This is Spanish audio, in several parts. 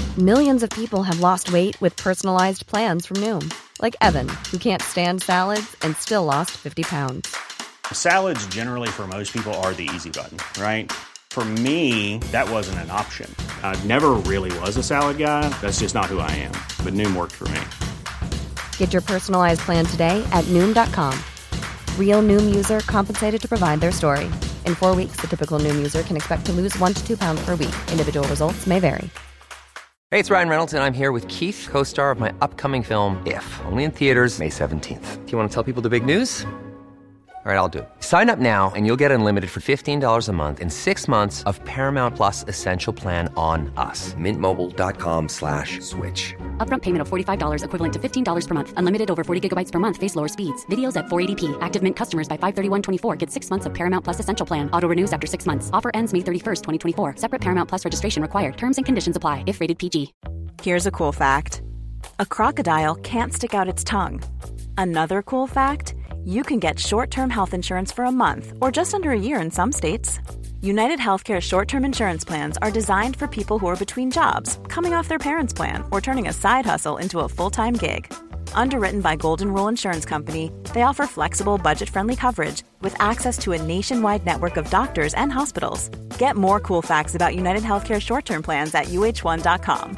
Millions of people have lost weight with personalized plans from Noom. Like Evan, who can't stand salads and still lost 50 pounds. Salads generally for most people are the easy button, right? For me, that wasn't an option. I never really was a salad guy. That's just not who I am. But Noom worked for me. Get your personalized plan today at Noom.com. Real Noom user compensated to provide their story. In 4 weeks, the typical Noom user can expect to lose 1 to 2 pounds per week. Individual results may vary. Hey, it's Ryan Reynolds, and I'm here with Keith, co-star of my upcoming film, If, only in theaters May 17th. Do you want to tell people the big news? All right, I'll do it. Sign up now and you'll get unlimited for $15 a month and 6 months of Paramount Plus Essential Plan on us. MintMobile.com/switch. Upfront payment of $45 equivalent to $15 per month. Unlimited over 40 gigabytes per month. Face lower speeds. Videos at 480p. Active Mint customers by 531.24 get 6 months of Paramount Plus Essential Plan. Auto renews after 6 months. Offer ends May 31st, 2024. Separate Paramount Plus registration required. Terms and conditions apply if rated PG. Here's a cool fact. A crocodile can't stick out its tongue. Another cool fact, you can get short-term health insurance for a month or just under a year in some states. United Healthcare short-term insurance plans are designed for people who are between jobs, coming off their parents' plan, or turning a side hustle into a full-time gig. Underwritten by Golden Rule Insurance Company, they offer flexible, budget-friendly coverage with access to a nationwide network of doctors and hospitals. Get more cool facts about United Healthcare short-term plans at uh1.com.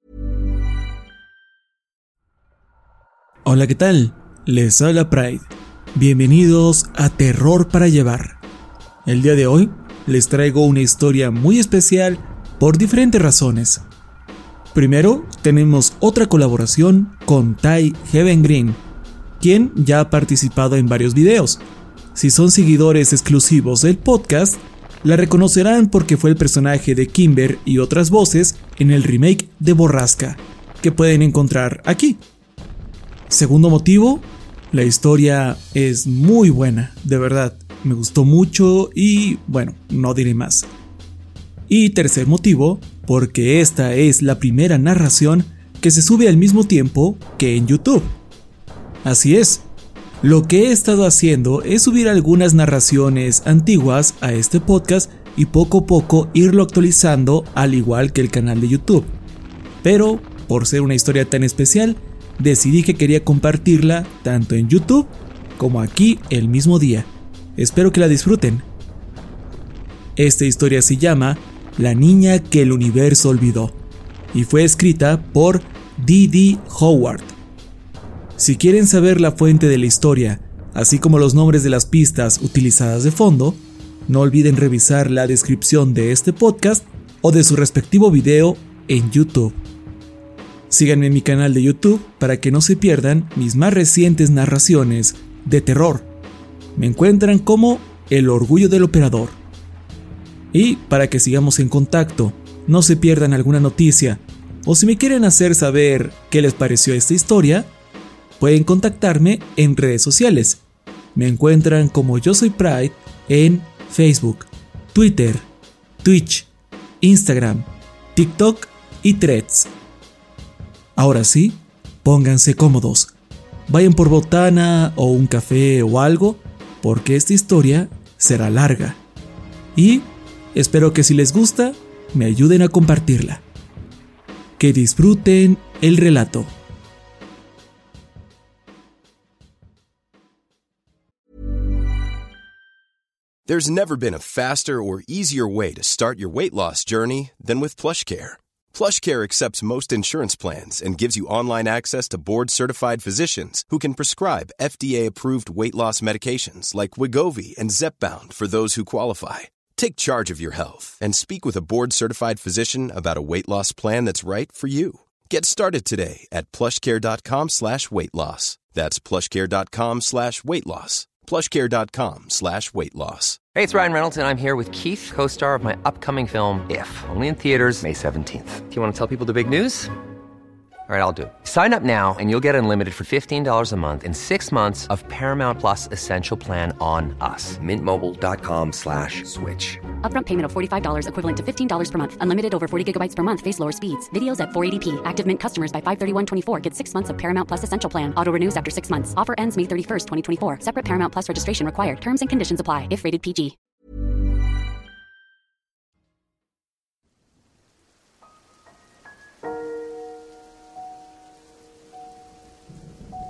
Hola, ¿qué tal? Les habla Pride. Bienvenidos a Terror para Llevar. El día de hoy les traigo una historia muy especial por diferentes razones. Primero, tenemos otra colaboración con Ty Heaven Green, quien ya ha participado en varios videos. Si son seguidores exclusivos del podcast, la reconocerán porque fue el personaje de Kimber y otras voces en el remake de Borrasca, que pueden encontrar aquí. Segundo motivo, la historia es muy buena, de verdad, me gustó mucho y bueno, no diré más. Y tercer motivo, porque esta es la primera narración que se sube al mismo tiempo que en YouTube. Así es, lo que he estado haciendo es subir algunas narraciones antiguas a este podcast y poco a poco irlo actualizando al igual que el canal de YouTube. Pero, por ser una historia tan especial, decidí que quería compartirla tanto en YouTube como aquí el mismo día. Espero que la disfruten. Esta historia se llama La niña que el universo olvidó y fue escrita por D.D. Howard. Si quieren saber la fuente de la historia, así como los nombres de las pistas utilizadas de fondo, no olviden revisar la descripción de este podcast o de su respectivo video en YouTube. Síganme en mi canal de YouTube para que no se pierdan mis más recientes narraciones de terror. Me encuentran como El Orgullo del Operador. Y para que sigamos en contacto, no se pierdan alguna noticia, o si me quieren hacer saber qué les pareció esta historia, pueden contactarme en redes sociales. Me encuentran como Yo Soy Pride en Facebook, Twitter, Twitch, Instagram, TikTok y Threads. Ahora sí, pónganse cómodos, vayan por botana o un café o algo, porque esta historia será larga. Y espero que si les gusta, me ayuden a compartirla. Que disfruten el relato. There's never been a faster or easier way to start your weight loss journey than with PlushCare. PlushCare accepts most insurance plans and gives you online access to board-certified physicians who can prescribe FDA-approved weight loss medications like Wegovy and Zepbound for those who qualify. Take charge of your health and speak with a board-certified physician about a weight loss plan that's right for you. Get started today at plushcare.com/weightloss. That's plushcare.com/weightloss. plushcare.com/weightloss. Hey, it's Ryan Reynolds, and I'm here with Keith, co-star of my upcoming film, If, only in theaters May 17th. Do you want to tell people the big news? All right, I'll do it. Sign up now and you'll get unlimited for $15 a month and 6 months of Paramount Plus Essential Plan on us. MintMobile.com/switch. Upfront payment of $45 equivalent to $15 per month. Unlimited over 40 gigabytes per month. Face lower speeds. Videos at 480p. Active Mint customers by 531.24 get 6 months of Paramount Plus Essential Plan. Auto renews after 6 months. Offer ends May 31st, 2024. Separate Paramount Plus registration required. Terms and conditions apply if rated PG.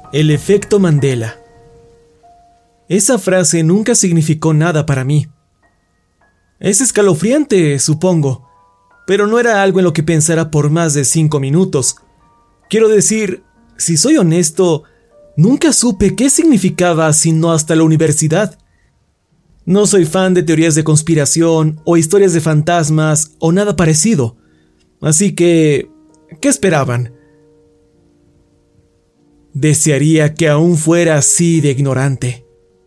El efecto Mandela. Esa frase nunca significó nada para mí. Es escalofriante, supongo, pero no era algo en lo que pensara por más de 5 minutos. Quiero decir, si soy honesto, nunca supe qué significaba sino hasta la universidad. No soy fan de teorías de conspiración o historias de fantasmas o nada parecido. Así que, ¿qué esperaban? Desearía que aún fuera así de ignorante.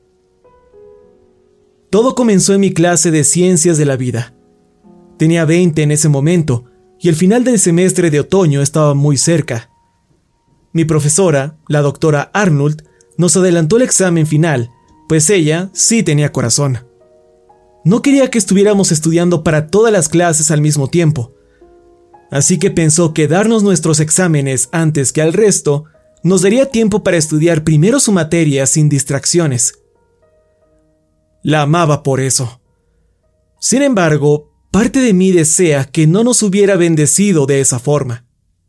Todo comenzó en mi clase de Ciencias de la Vida. Tenía 20 en ese momento y el final del semestre de otoño estaba muy cerca. Mi profesora, la doctora Arnold, nos adelantó el examen final, pues ella sí tenía corazón. No quería que estuviéramos estudiando para todas las clases al mismo tiempo. Así que pensó que darnos nuestros exámenes antes que al resto nos daría tiempo para estudiar primero su materia sin distracciones. La amaba por eso. Sin embargo, parte de mí desea que no nos hubiera bendecido de esa forma.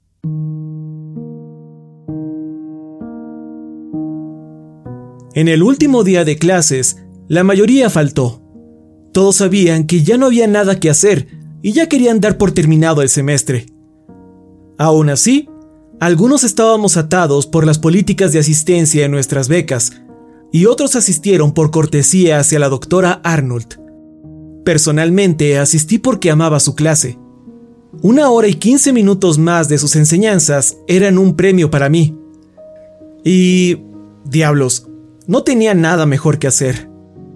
En el último día de clases, la mayoría faltó. Todos sabían que ya no había nada que hacer y ya querían dar por terminado el semestre. Aún así, algunos estábamos atados por las políticas de asistencia en nuestras becas, y otros asistieron por cortesía hacia la doctora Arnold. Personalmente asistí porque amaba su clase. 1 hora y 15 minutos más de sus enseñanzas eran un premio para mí. Y, diablos, no tenía nada mejor que hacer.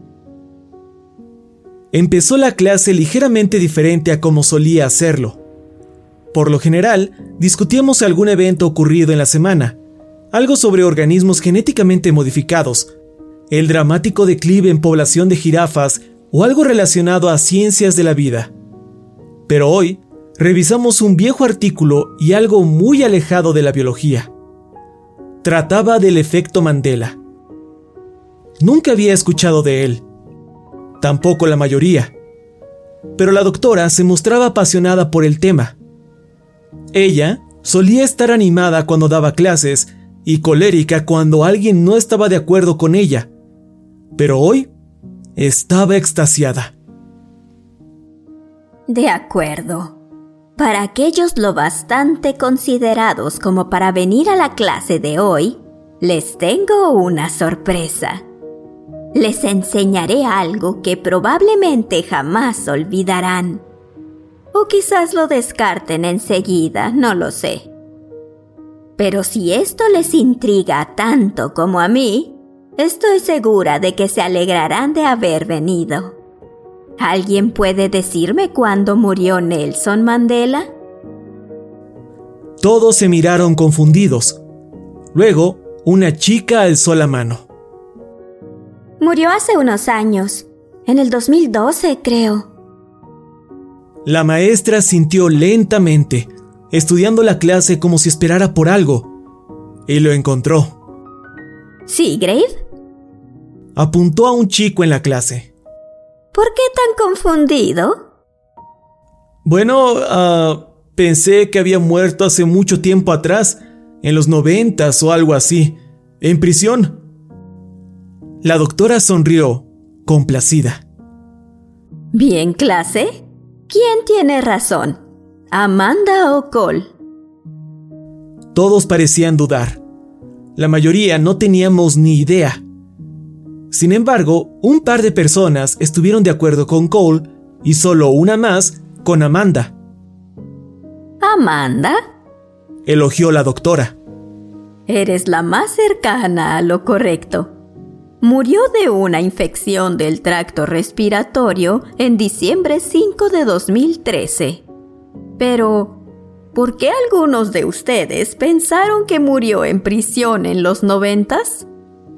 Empezó la clase ligeramente diferente a como solía hacerlo. Por lo general, discutíamos algún evento ocurrido en la semana, algo sobre organismos genéticamente modificados, el dramático declive en población de jirafas o algo relacionado a ciencias de la vida. Pero hoy, revisamos un viejo artículo y algo muy alejado de la biología. Trataba del efecto Mandela. Nunca había escuchado de él. Tampoco la mayoría. Pero la doctora se mostraba apasionada por el tema. Ella solía estar animada cuando daba clases y colérica cuando alguien no estaba de acuerdo con ella. Pero hoy estaba extasiada. De acuerdo. Para aquellos lo bastante considerados como para venir a la clase de hoy, les tengo una sorpresa. Les enseñaré algo que probablemente jamás olvidarán. O quizás lo descarten enseguida, no lo sé. Pero si esto les intriga tanto como a mí, estoy segura de que se alegrarán de haber venido. ¿Alguien puede decirme cuándo murió Nelson Mandela? Todos se miraron confundidos. Luego, una chica alzó la mano. Murió hace unos años, en el 2012, creo. La maestra sintió lentamente, estudiando la clase como si esperara por algo, y lo encontró. ¿Seagrave? Apuntó a un chico en la clase. ¿Por qué tan confundido? Bueno, pensé que había muerto hace mucho tiempo atrás, en los 90s o algo así, en prisión. La doctora sonrió, complacida. Bien, clase. ¿Quién tiene razón? ¿Amanda o Cole? Todos parecían dudar. La mayoría no teníamos ni idea. Sin embargo, un par de personas estuvieron de acuerdo con Cole y solo una más con Amanda. ¿Amanda? Elogió la doctora. Eres la más cercana a lo correcto. Murió de una infección del tracto respiratorio en diciembre 5 de 2013. Pero, ¿por qué algunos de ustedes pensaron que murió en prisión en los 90s?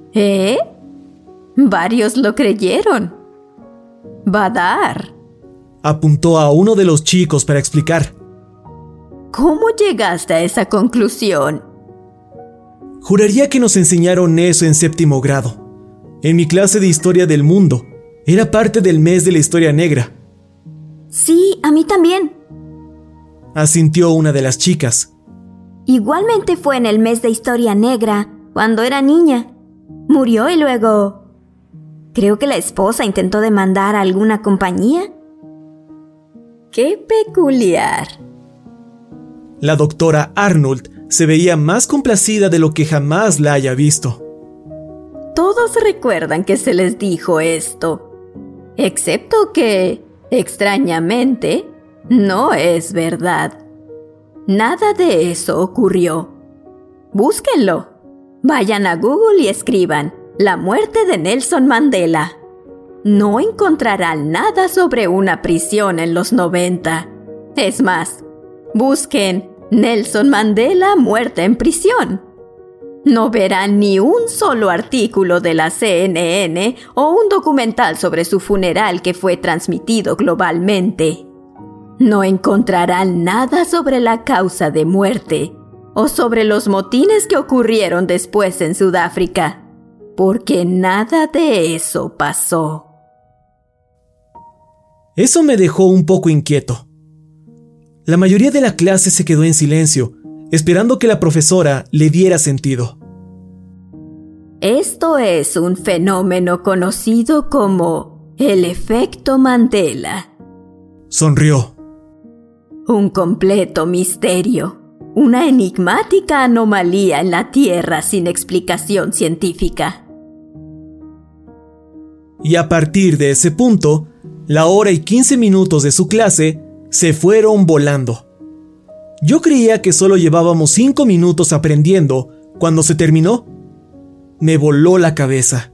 Varios lo creyeron. Badar. Apuntó a uno de los chicos para explicar. ¿Cómo llegaste a esa conclusión? Juraría que nos enseñaron eso en 7º grado. En mi clase de Historia del Mundo. Era parte del mes de la Historia Negra. Sí, a mí también. Asintió una de las chicas. Igualmente fue en el mes de Historia Negra, cuando era niña. Murió y luego... creo que la esposa intentó demandar a alguna compañía. ¡Qué peculiar! La doctora Arnold se veía más complacida de lo que jamás la haya visto. Todos recuerdan que se les dijo esto, excepto que, extrañamente, no es verdad. Nada de eso ocurrió. Búsquenlo. Vayan a Google y escriban la muerte de Nelson Mandela. No encontrarán nada sobre una prisión en los 90. Es más, busquen Nelson Mandela muerte en prisión. No verán ni un solo artículo de la CNN o un documental sobre su funeral que fue transmitido globalmente. No encontrarán nada sobre la causa de muerte o sobre los motines que ocurrieron después en Sudáfrica, porque nada de eso pasó. Eso me dejó un poco inquieto. La mayoría de la clase se quedó en silencio, esperando que la profesora le diera sentido. Esto es un fenómeno conocido como el efecto Mandela. Sonrió. Un completo misterio, una enigmática anomalía en la Tierra sin explicación científica. Y a partir de ese punto, la hora y 15 minutos de su clase se fueron volando. Yo creía que solo llevábamos 5 minutos aprendiendo cuando se terminó. Me voló la cabeza.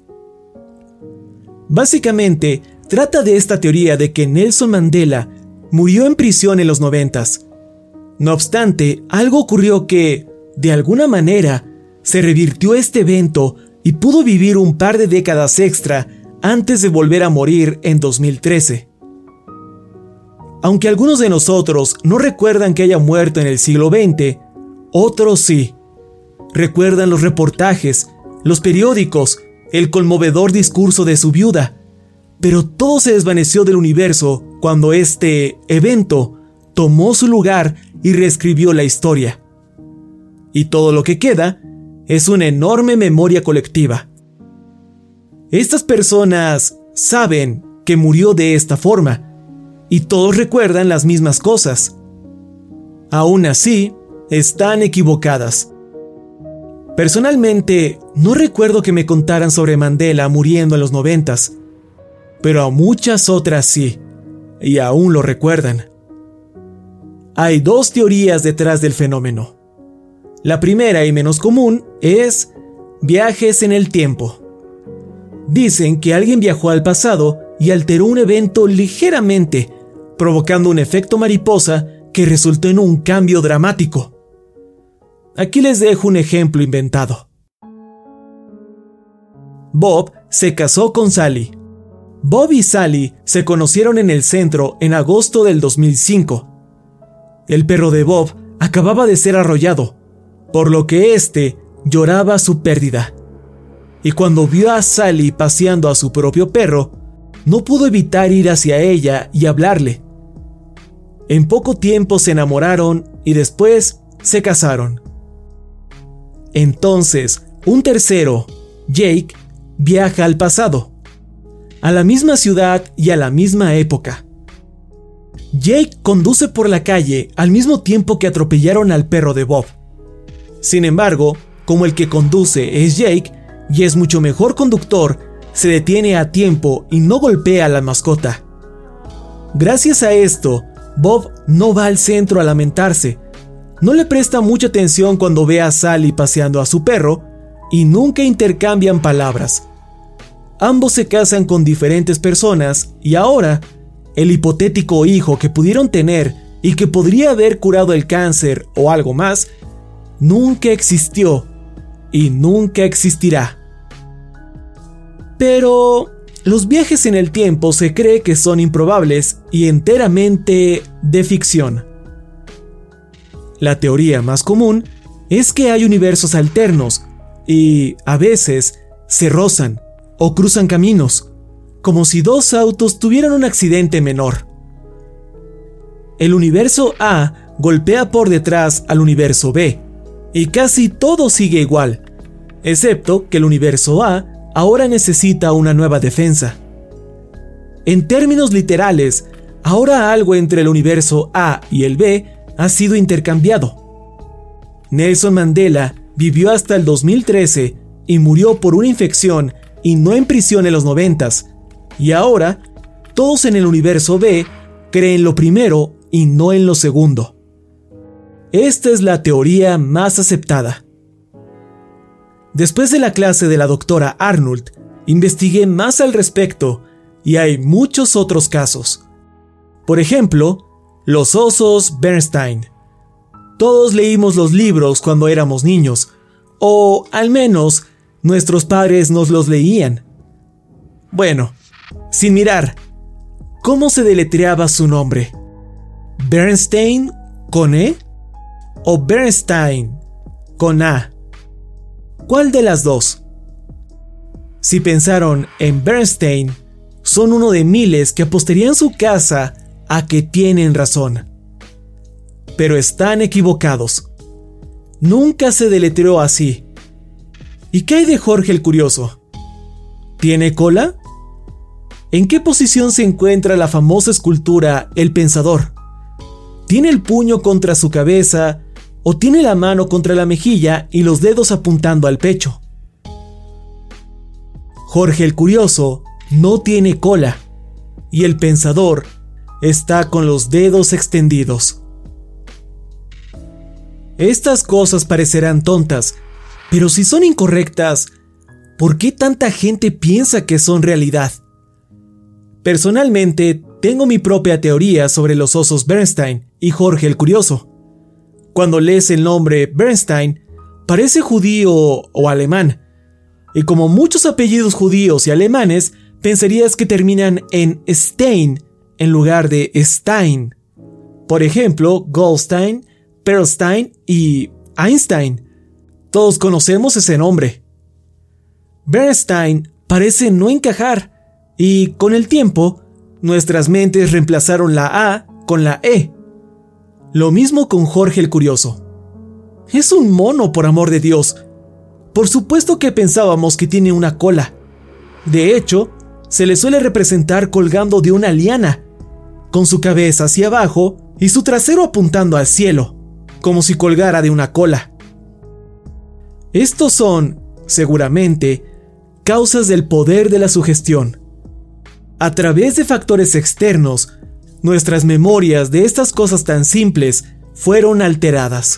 Básicamente, trata de esta teoría de que Nelson Mandela murió en prisión en los 90s. No obstante, algo ocurrió que, de alguna manera, se revirtió este evento y pudo vivir un par de décadas extra antes de volver a morir en 2013. Aunque algunos de nosotros no recuerdan que haya muerto en el siglo XX, otros sí. Recuerdan los reportajes, los periódicos, el conmovedor discurso de su viuda, pero todo se desvaneció del universo cuando este evento tomó su lugar y reescribió la historia. Y todo lo que queda es una enorme memoria colectiva. Estas personas saben que murió de esta forma, y todos recuerdan las mismas cosas. Aún así, están equivocadas. Personalmente, no recuerdo que me contaran sobre Mandela muriendo en los 90s, pero a muchas otras sí, y aún lo recuerdan. Hay 2 teorías detrás del fenómeno. La primera y menos común es viajes en el tiempo. Dicen que alguien viajó al pasado y alteró un evento ligeramente, provocando un efecto mariposa que resultó en un cambio dramático. Aquí les dejo un ejemplo inventado. Bob se casó con Sally. Bob y Sally se conocieron en el centro en agosto del 2005. El perro de Bob acababa de ser arrollado, por lo que éste lloraba su pérdida. Y cuando vio a Sally paseando a su propio perro, no pudo evitar ir hacia ella y hablarle. En poco tiempo se enamoraron y después se casaron. Entonces, un tercero, Jake, viaja al pasado, a la misma ciudad y a la misma época. Jake conduce por la calle al mismo tiempo que atropellaron al perro de Bob. Sin embargo, como el que conduce es Jake y es mucho mejor conductor, se detiene a tiempo y no golpea a la mascota. Gracias a esto, Bob no va al centro a lamentarse, no le presta mucha atención cuando ve a Sally paseando a su perro y nunca intercambian palabras. Ambos se casan con diferentes personas y ahora, el hipotético hijo que pudieron tener y que podría haber curado el cáncer o algo más, nunca existió y nunca existirá. Pero los viajes en el tiempo se cree que son improbables y enteramente de ficción. La teoría más común es que hay universos alternos y, a veces, se rozan o cruzan caminos, como si 2 autos tuvieran un accidente menor. El universo A golpea por detrás al universo B, y casi todo sigue igual, excepto que el universo A ahora necesita una nueva defensa. En términos literales, ahora algo entre el universo A y el B ha sido intercambiado. Nelson Mandela vivió hasta el 2013 y murió por una infección y no en prisión en los 90s, y ahora todos en el universo B creen lo primero y no en lo segundo. Esta es la teoría más aceptada. Después de la clase de la doctora Arnold, investigué más al respecto y hay muchos otros casos. Por ejemplo, los osos Bernstein. Todos leímos los libros cuando éramos niños, o al menos nuestros padres nos los leían. Bueno, sin mirar, ¿cómo se deletreaba su nombre? ¿Bernstein con E? ¿O Bernstein con A? ¿Cuál de las dos? Si pensaron en Bernstein, son uno de miles que apostarían su casa a que tienen razón. Pero están equivocados. Nunca se deletreó así. ¿Y qué hay de Jorge el Curioso? ¿Tiene cola? ¿En qué posición se encuentra la famosa escultura El Pensador? ¿Tiene el puño contra su cabeza o tiene la mano contra la mejilla y los dedos apuntando al pecho? Jorge el Curioso no tiene cola y el Pensador está con los dedos extendidos. Estas cosas parecerán tontas, pero si son incorrectas, ¿por qué tanta gente piensa que son realidad? Personalmente, tengo mi propia teoría sobre los osos Bernstein y Jorge el Curioso. Cuando lees el nombre Bernstein, parece judío o alemán, y como muchos apellidos judíos y alemanes, pensarías que terminan en Stein en lugar de Stein. Por ejemplo, Goldstein, Perlstein y Einstein. Todos conocemos ese nombre. Bernstein parece no encajar, y con el tiempo, nuestras mentes reemplazaron la A con la E. Lo mismo con Jorge el Curioso. Es un mono, por amor de Dios. Por supuesto que pensábamos que tiene una cola. De hecho, se le suele representar colgando de una liana, con su cabeza hacia abajo y su trasero apuntando al cielo, como si colgara de una cola. Estos son, seguramente, causas del poder de la sugestión. A través de factores externos, nuestras memorias de estas cosas tan simples fueron alteradas.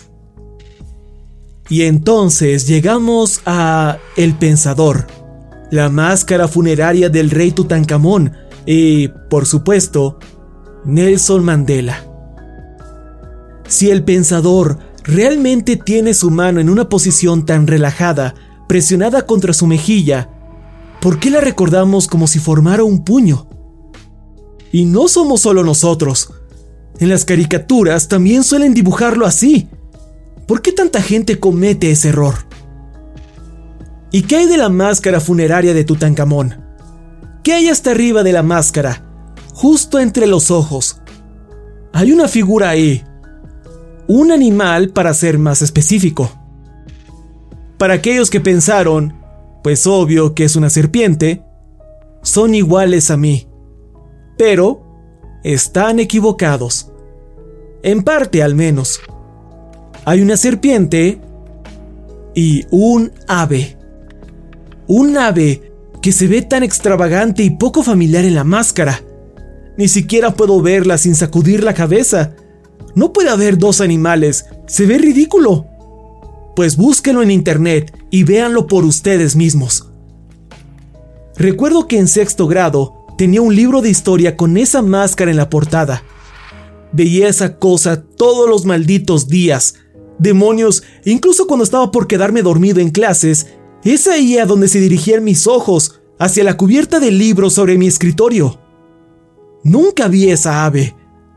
Y entonces llegamos a El Pensador, la máscara funeraria del rey Tutankamón y, por supuesto, Nelson Mandela. Si El Pensador realmente tiene su mano en una posición tan relajada, presionada contra su mejilla, ¿por qué la recordamos como si formara un puño? Y no somos solo nosotros. En las caricaturas también suelen dibujarlo así. ¿Por qué tanta gente comete ese error? ¿Y qué hay de la máscara funeraria de Tutankamón? ¿Qué hay hasta arriba de la máscara? Justo entre los ojos. Hay una figura ahí. Un animal, para ser más específico. Para aquellos que pensaron, pues obvio que es una serpiente, son iguales a mí. Pero están equivocados. En parte al menos. Hay una serpiente y un ave. Un ave que se ve tan extravagante y poco familiar en la máscara. Ni siquiera puedo verla sin sacudir la cabeza. No puede haber dos animales, se ve ridículo. Pues búsquenlo en internet y véanlo por ustedes mismos. Recuerdo que en sexto grado tenía un libro de historia con esa máscara en la portada. Veía esa cosa todos los malditos días. Demonios, incluso cuando estaba por quedarme dormido en clases, es ahí a donde se dirigían mis ojos, hacia la cubierta del libro sobre mi escritorio. Nunca vi esa ave.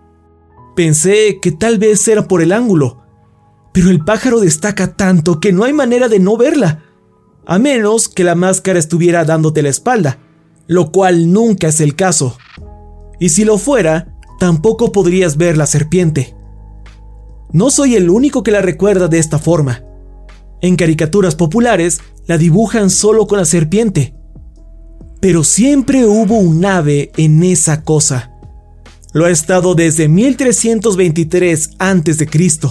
Pensé que tal vez era por el ángulo, pero el pájaro destaca tanto que no hay manera de no verla, a menos que la máscara estuviera dándote la espalda, lo cual nunca es el caso. Y si lo fuera, tampoco podrías ver la serpiente. No soy el único que la recuerda de esta forma. En caricaturas populares la dibujan solo con la serpiente. Pero siempre hubo un ave en esa cosa. Lo ha estado desde 1323 a.C.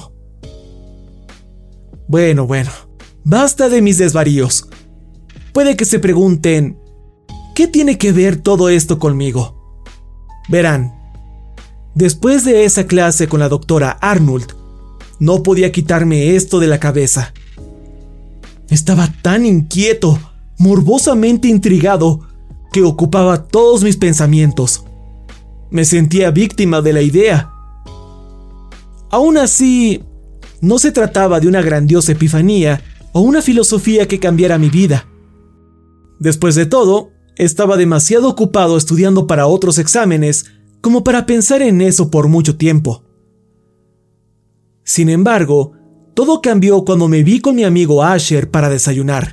Bueno, basta de mis desvaríos. Puede que se pregunten, ¿qué tiene que ver todo esto conmigo? Verán, después de esa clase con la doctora Arnold, no podía quitarme esto de la cabeza. Estaba tan inquieto, morbosamente intrigado, que ocupaba todos mis pensamientos. Me sentía víctima de la idea. Aún así, no se trataba de una grandiosa epifanía o una filosofía que cambiara mi vida. Después de todo, estaba demasiado ocupado estudiando para otros exámenes como para pensar en eso por mucho tiempo. Sin embargo, todo cambió cuando me vi con mi amigo Asher para desayunar.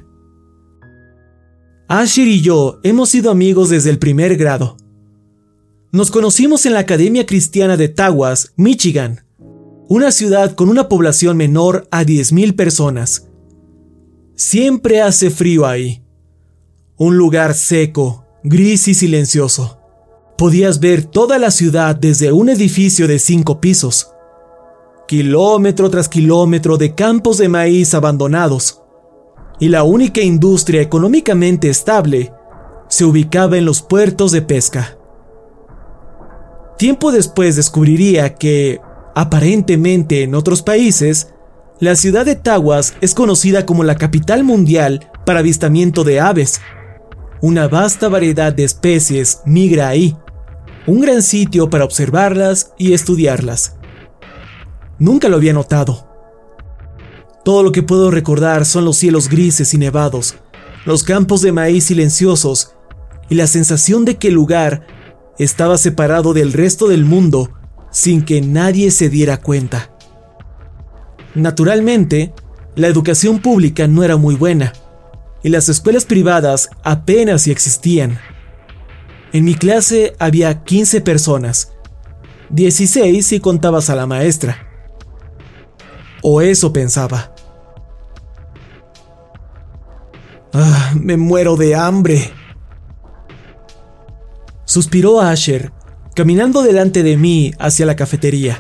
Asher y yo hemos sido amigos desde el primer grado. Nos conocimos en la Academia Cristiana de Tawas, Michigan, una ciudad con una población menor a 10,000 personas. Siempre hace frío ahí. Un lugar seco, gris y silencioso. Podías ver toda la ciudad desde un edificio de 5 pisos. Kilómetro tras kilómetro de campos de maíz abandonados. Y la única industria económicamente estable se ubicaba en los puertos de pesca. Tiempo después descubriría que, aparentemente en otros países, la ciudad de Tawas es conocida como la capital mundial para avistamiento de aves. Una vasta variedad de especies migra ahí, un gran sitio para observarlas y estudiarlas. Nunca lo había notado. Todo lo que puedo recordar son los cielos grises y nevados, los campos de maíz silenciosos y la sensación de que el lugar estaba separado del resto del mundo sin que nadie se diera cuenta. Naturalmente, la educación pública no era muy buena y las escuelas privadas apenas si existían. En mi clase había 15 personas, 16 si contabas a la maestra. O eso pensaba. Me muero de hambre. Suspiró Asher, caminando delante de mí hacia la cafetería.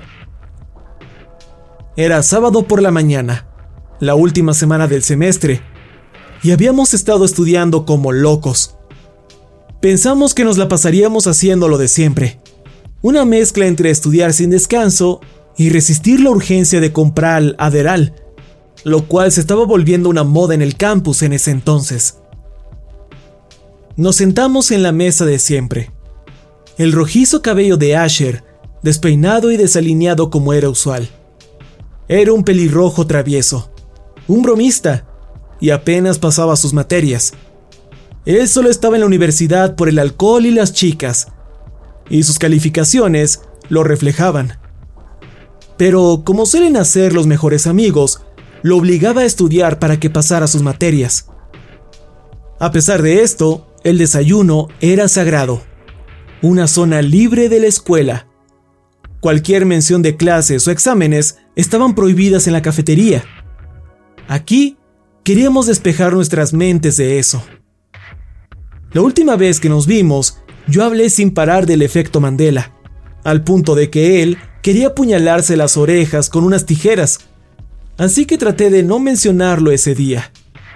Era sábado por la mañana, la última semana del semestre, y habíamos estado estudiando como locos. Pensamos que nos la pasaríamos haciendo lo de siempre, una mezcla entre estudiar sin descanso y resistir la urgencia de comprar Adderall, lo cual se estaba volviendo una moda en el campus en ese entonces. Nos sentamos en la mesa de siempre. El rojizo cabello de Asher, despeinado y desalineado como era usual. Era un pelirrojo travieso, un bromista, y apenas pasaba sus materias. Él solo estaba en la universidad por el alcohol y las chicas, y sus calificaciones lo reflejaban. Pero como suelen hacer los mejores amigos, lo obligaba a estudiar para que pasara sus materias. A pesar de esto, el desayuno era sagrado, una zona libre de la escuela. Cualquier mención de clases o exámenes estaban prohibidas en la cafetería. Aquí queríamos despejar nuestras mentes de eso. La última vez que nos vimos, yo hablé sin parar del efecto Mandela, al punto de que él quería apuñalarse las orejas con unas tijeras, así que traté de no mencionarlo ese día.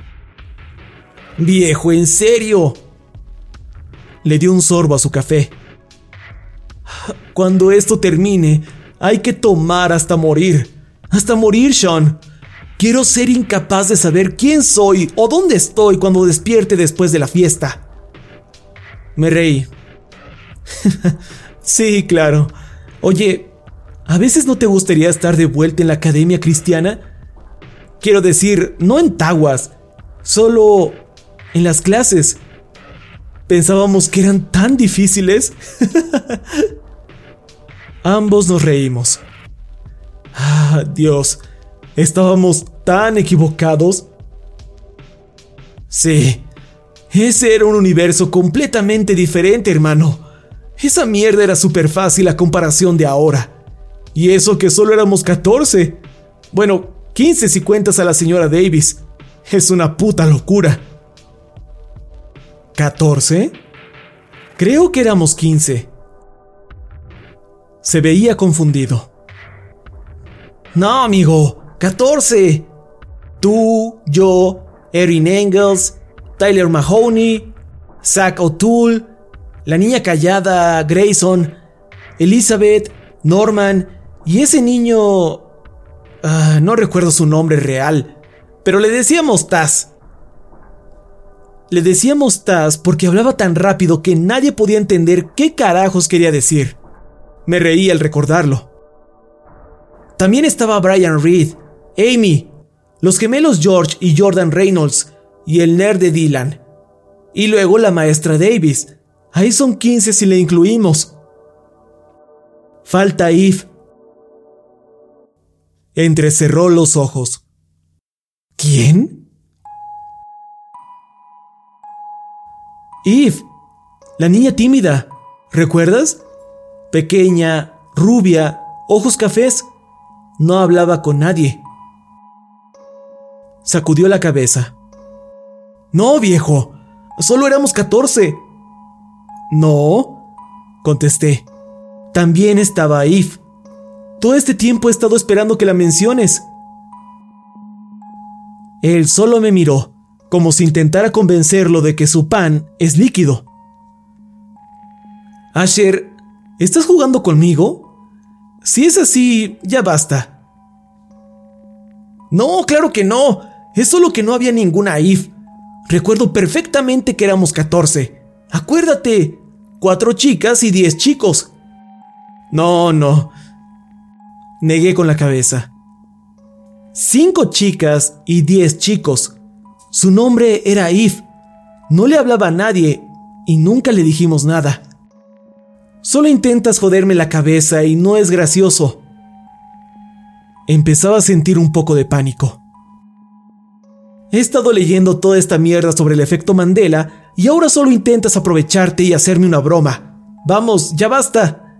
¡Viejo, en serio! Le dio un sorbo a su café. Cuando esto termine, hay que tomar hasta morir. Hasta morir, Sean. Quiero ser incapaz de saber quién soy o dónde estoy cuando despierte después de la fiesta. Me reí. Sí, claro. Oye, ¿a veces no te gustaría estar de vuelta en la Academia Cristiana? Quiero decir, no en Tawas, solo en las clases. Pensábamos que eran tan difíciles. Ambos nos reímos. Dios, estábamos tan equivocados. Sí, ese era un universo completamente diferente, hermano. Esa mierda era súper fácil a comparación de ahora. Y eso que solo éramos 14. Bueno, 15 si cuentas a la señora Davis. Es una puta locura. ¿14? Creo que éramos 15. Se veía confundido. No, amigo, 14. Tú, yo, Erin Engels, Tyler Mahoney, Zach O'Toole, la niña callada, Grayson, Elizabeth, Norman y ese niño... no recuerdo su nombre real, pero le decíamos Taz. Le decíamos Taz porque hablaba tan rápido que nadie podía entender qué carajos quería decir. Me reí al recordarlo. También estaba Brian Reed, Amy, los gemelos George y Jordan Reynolds y el nerd de Dylan. Y luego la maestra Davis. Ahí son 15 si le incluimos. Falta Eve. Entrecerró los ojos. ¿Quién? Eve, la niña tímida. ¿Recuerdas? Pequeña, rubia, ojos cafés. No hablaba con nadie. Sacudió la cabeza. No, viejo. Solo éramos 14. No, contesté. También estaba Eve. Todo este tiempo he estado esperando que la menciones. Él solo me miró, como si intentara convencerlo de que su pan es líquido. Asher, ¿estás jugando conmigo? Si es así, ya basta. No, claro que no. Es solo que no había ninguna Eve. Recuerdo perfectamente que éramos 14. Acuérdate, 4 chicas y 10 chicos. No. Negué con la cabeza. 5 chicas y 10 chicos. Su nombre era Eve. No le hablaba a nadie y nunca le dijimos nada. Solo intentas joderme la cabeza y no es gracioso. Empezaba a sentir un poco de pánico. He estado leyendo toda esta mierda sobre el efecto Mandela y ahora solo intentas aprovecharte y hacerme una broma. Vamos, ya basta.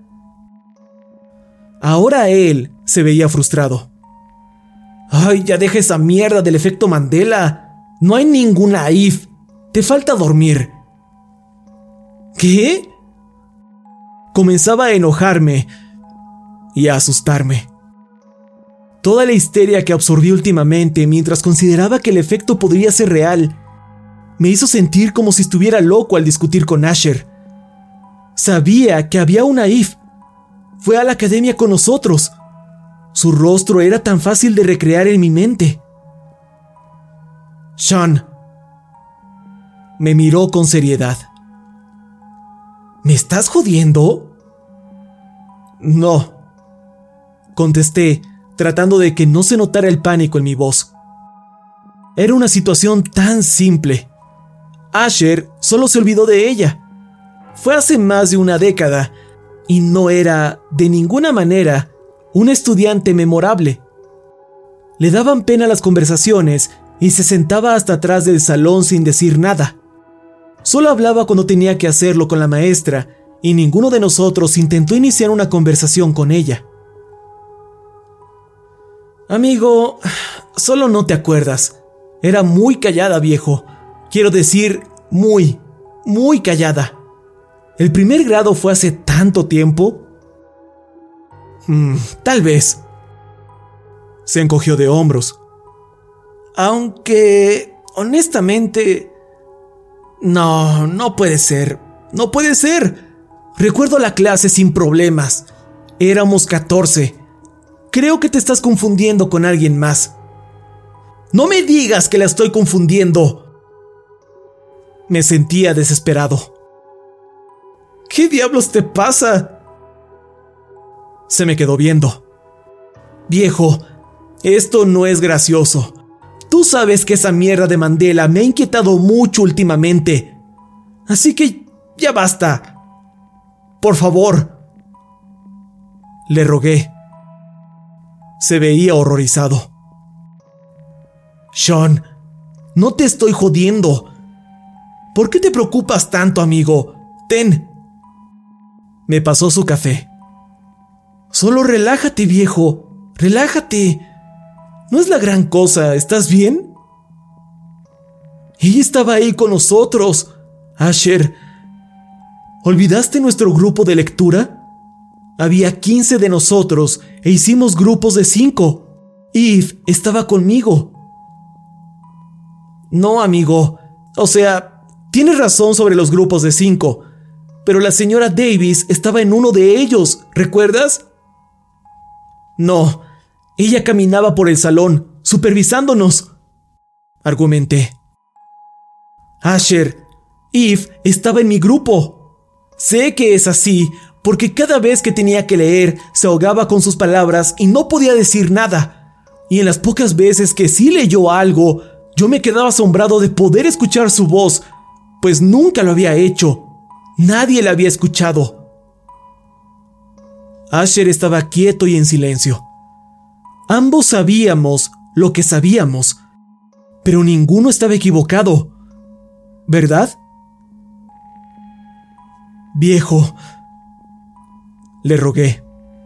Ahora él se veía frustrado. Ay, ya deja esa mierda del efecto Mandela. No hay ninguna Eve. Te falta dormir. ¿Qué? Comenzaba a enojarme y a asustarme. Toda la histeria que absorbí últimamente mientras consideraba que el efecto podría ser real me hizo sentir como si estuviera loco al discutir con Asher. Sabía que había una Eve. Fue a la academia con nosotros. Su rostro era tan fácil de recrear en mi mente. Sean me miró con seriedad. ¿Me estás jodiendo? No, contesté, tratando de que no se notara el pánico en mi voz. Era una situación tan simple. Asher solo se olvidó de ella. Fue hace más de una década y no era, de ninguna manera, un estudiante memorable. Le daban pena las conversaciones y se sentaba hasta atrás del salón sin decir nada. Solo hablaba cuando tenía que hacerlo con la maestra y ninguno de nosotros intentó iniciar una conversación con ella. Amigo, solo no te acuerdas. Era muy callada, viejo. Quiero decir, muy callada. ¿El primer grado fue hace tanto tiempo? Tal vez. Se encogió de hombros. Aunque, honestamente... No puede ser. No puede ser. Recuerdo la clase sin problemas. Éramos 14. Creo que te estás confundiendo con alguien más. No me digas que la estoy confundiendo. Me sentía desesperado. ¿Qué diablos te pasa? Se me quedó viendo. Viejo, esto no es gracioso. Tú sabes que esa mierda de Mandela me ha inquietado mucho últimamente. Así que ya basta. Por favor. Le rogué. Se veía horrorizado. Sean, no te estoy jodiendo. ¿Por qué te preocupas tanto, amigo? Ten. Me pasó su café. Solo relájate, viejo. Relájate. No es la gran cosa, ¿estás bien? Ella estaba ahí con nosotros. Asher, ¿olvidaste nuestro grupo de lectura? Había 15 de nosotros e hicimos grupos de 5. Eve estaba conmigo. No, amigo. O sea, tienes razón sobre los grupos de 5, pero la señora Davis estaba en uno de ellos, ¿recuerdas? No, ella caminaba por el salón, supervisándonos, argumenté. Asher, Eve estaba en mi grupo. Sé que es así, porque cada vez que tenía que leer, se ahogaba con sus palabras y no podía decir nada. Y en las pocas veces que sí leyó algo, yo me quedaba asombrado de poder escuchar su voz, pues nunca lo había hecho. Nadie la había escuchado. Asher estaba quieto y en silencio. Ambos sabíamos lo que sabíamos, pero ninguno estaba equivocado, ¿verdad? Viejo, le rogué.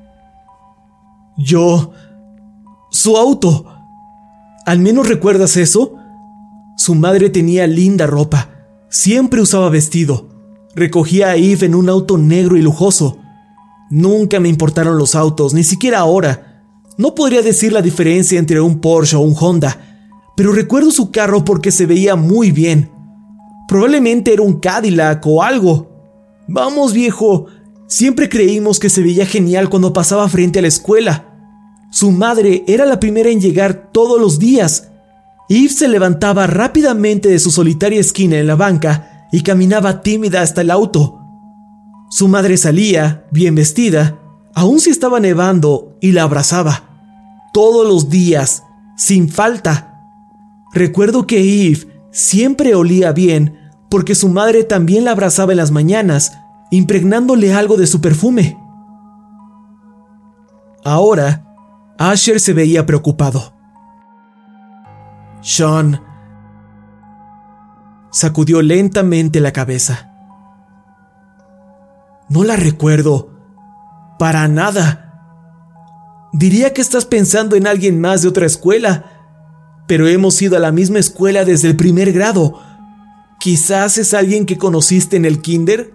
Su auto. ¿Al menos recuerdas eso? Su madre tenía linda ropa. Siempre usaba vestido. Recogía a Eve en un auto negro y lujoso. Nunca me importaron los autos, ni siquiera ahora. No podría decir la diferencia entre un Porsche o un Honda, pero recuerdo su carro porque se veía muy bien. Probablemente era un Cadillac o algo. Vamos, viejo, siempre creímos que se veía genial cuando pasaba frente a la escuela. Su madre era la primera en llegar todos los días. Eve se levantaba rápidamente de su solitaria esquina en la banca y caminaba tímida hasta el auto. Su madre salía, bien vestida, aun si estaba nevando, y la abrazaba. Todos los días, sin falta. Recuerdo que Eve siempre olía bien porque su madre también la abrazaba en las mañanas, impregnándole algo de su perfume. Ahora, Asher se veía preocupado. Sean sacudió lentamente la cabeza. No la recuerdo. Para nada. Diría que estás pensando en alguien más de otra escuela, pero hemos ido a la misma escuela desde el primer grado. ¿Quizás es alguien que conociste en el kinder?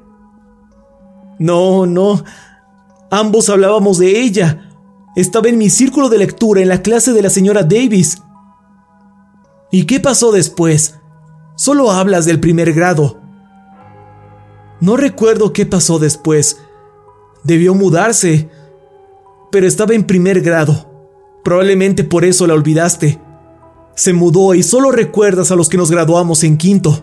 No. Ambos hablábamos de ella. Estaba en mi círculo de lectura en la clase de la señora Davis. ¿Y qué pasó después? Solo hablas del primer grado. No recuerdo qué pasó después. Debió mudarse, pero estaba en primer grado. Probablemente por eso la olvidaste. Se mudó y solo recuerdas a los que nos graduamos en quinto.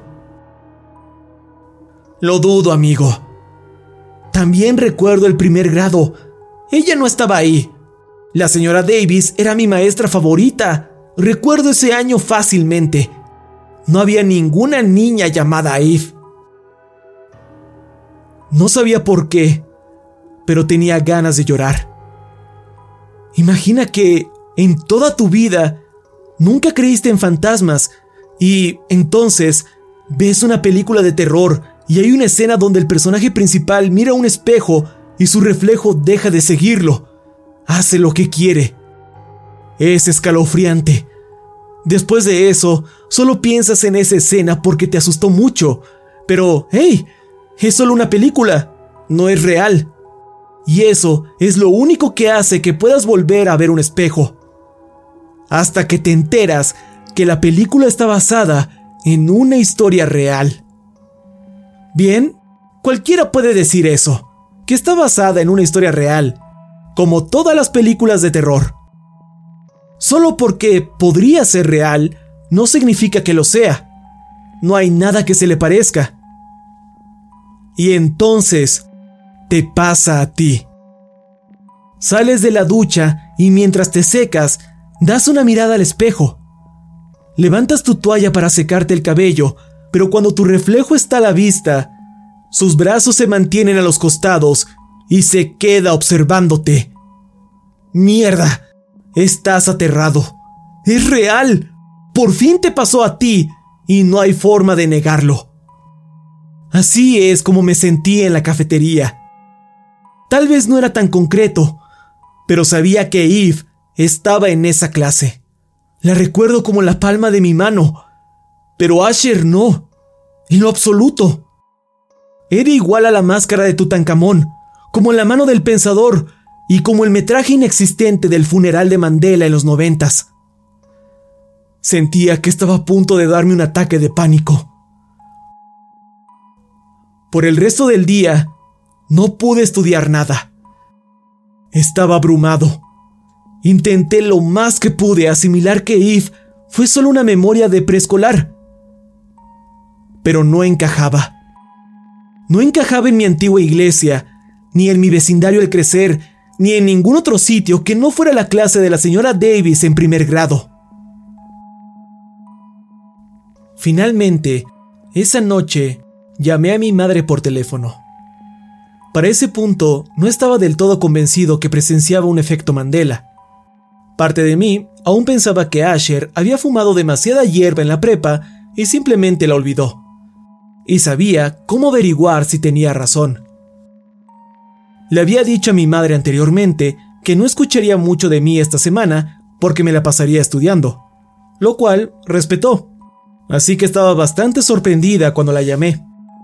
Lo dudo, amigo. También recuerdo el primer grado. Ella no estaba ahí. La señora Davis era mi maestra favorita. Recuerdo ese año fácilmente. No había ninguna niña llamada Eve. No sabía por qué, pero tenía ganas de llorar. Imagina que en toda tu vida nunca creíste en fantasmas y entonces ves una película de terror y hay una escena donde el personaje principal mira un espejo y su reflejo deja de seguirlo. Hace lo que quiere. Es escalofriante. Después de eso, solo piensas en esa escena porque te asustó mucho. Pero, hey, es solo una película, no es real. Y eso es lo único que hace que puedas volver a ver un espejo. Hasta que te enteras que la película está basada en una historia real. Bien, cualquiera puede decir eso, que está basada en una historia real, como todas las películas de terror. Solo porque podría ser real, no significa que lo sea. No hay nada que se le parezca. Y entonces, te pasa a ti. Sales de la ducha y mientras te secas, das una mirada al espejo. Levantas tu toalla para secarte el cabello, pero cuando tu reflejo está a la vista, sus brazos se mantienen a los costados y se queda observándote. ¡Mierda! Estás aterrado. ¡Es real! Por fin te pasó a ti y no hay forma de negarlo. Así es como me sentí en la cafetería. Tal vez no era tan concreto, pero sabía que Eve estaba en esa clase. La recuerdo como la palma de mi mano. Pero Asher no, en lo absoluto. Era igual a la máscara de Tutankamón, como la mano del pensador y como el metraje inexistente del funeral de Mandela en los 90s. Sentía que estaba a punto de darme un ataque de pánico. Por el resto del día, no pude estudiar nada. Estaba abrumado. Intenté lo más que pude asimilar que Eve fue solo una memoria de preescolar. Pero no encajaba. No encajaba en mi antigua iglesia, ni en mi vecindario al crecer, ni en ningún otro sitio que no fuera la clase de la señora Davis en primer grado. Finalmente, esa noche, llamé a mi madre por teléfono. Para ese punto, no estaba del todo convencido que presenciaba un efecto Mandela. Parte de mí aún pensaba que Asher había fumado demasiada hierba en la prepa y simplemente la olvidó. Y sabía cómo averiguar si tenía razón. Le había dicho a mi madre anteriormente que no escucharía mucho de mí esta semana porque me la pasaría estudiando, lo cual respetó. Así que estaba bastante sorprendida cuando la llamé.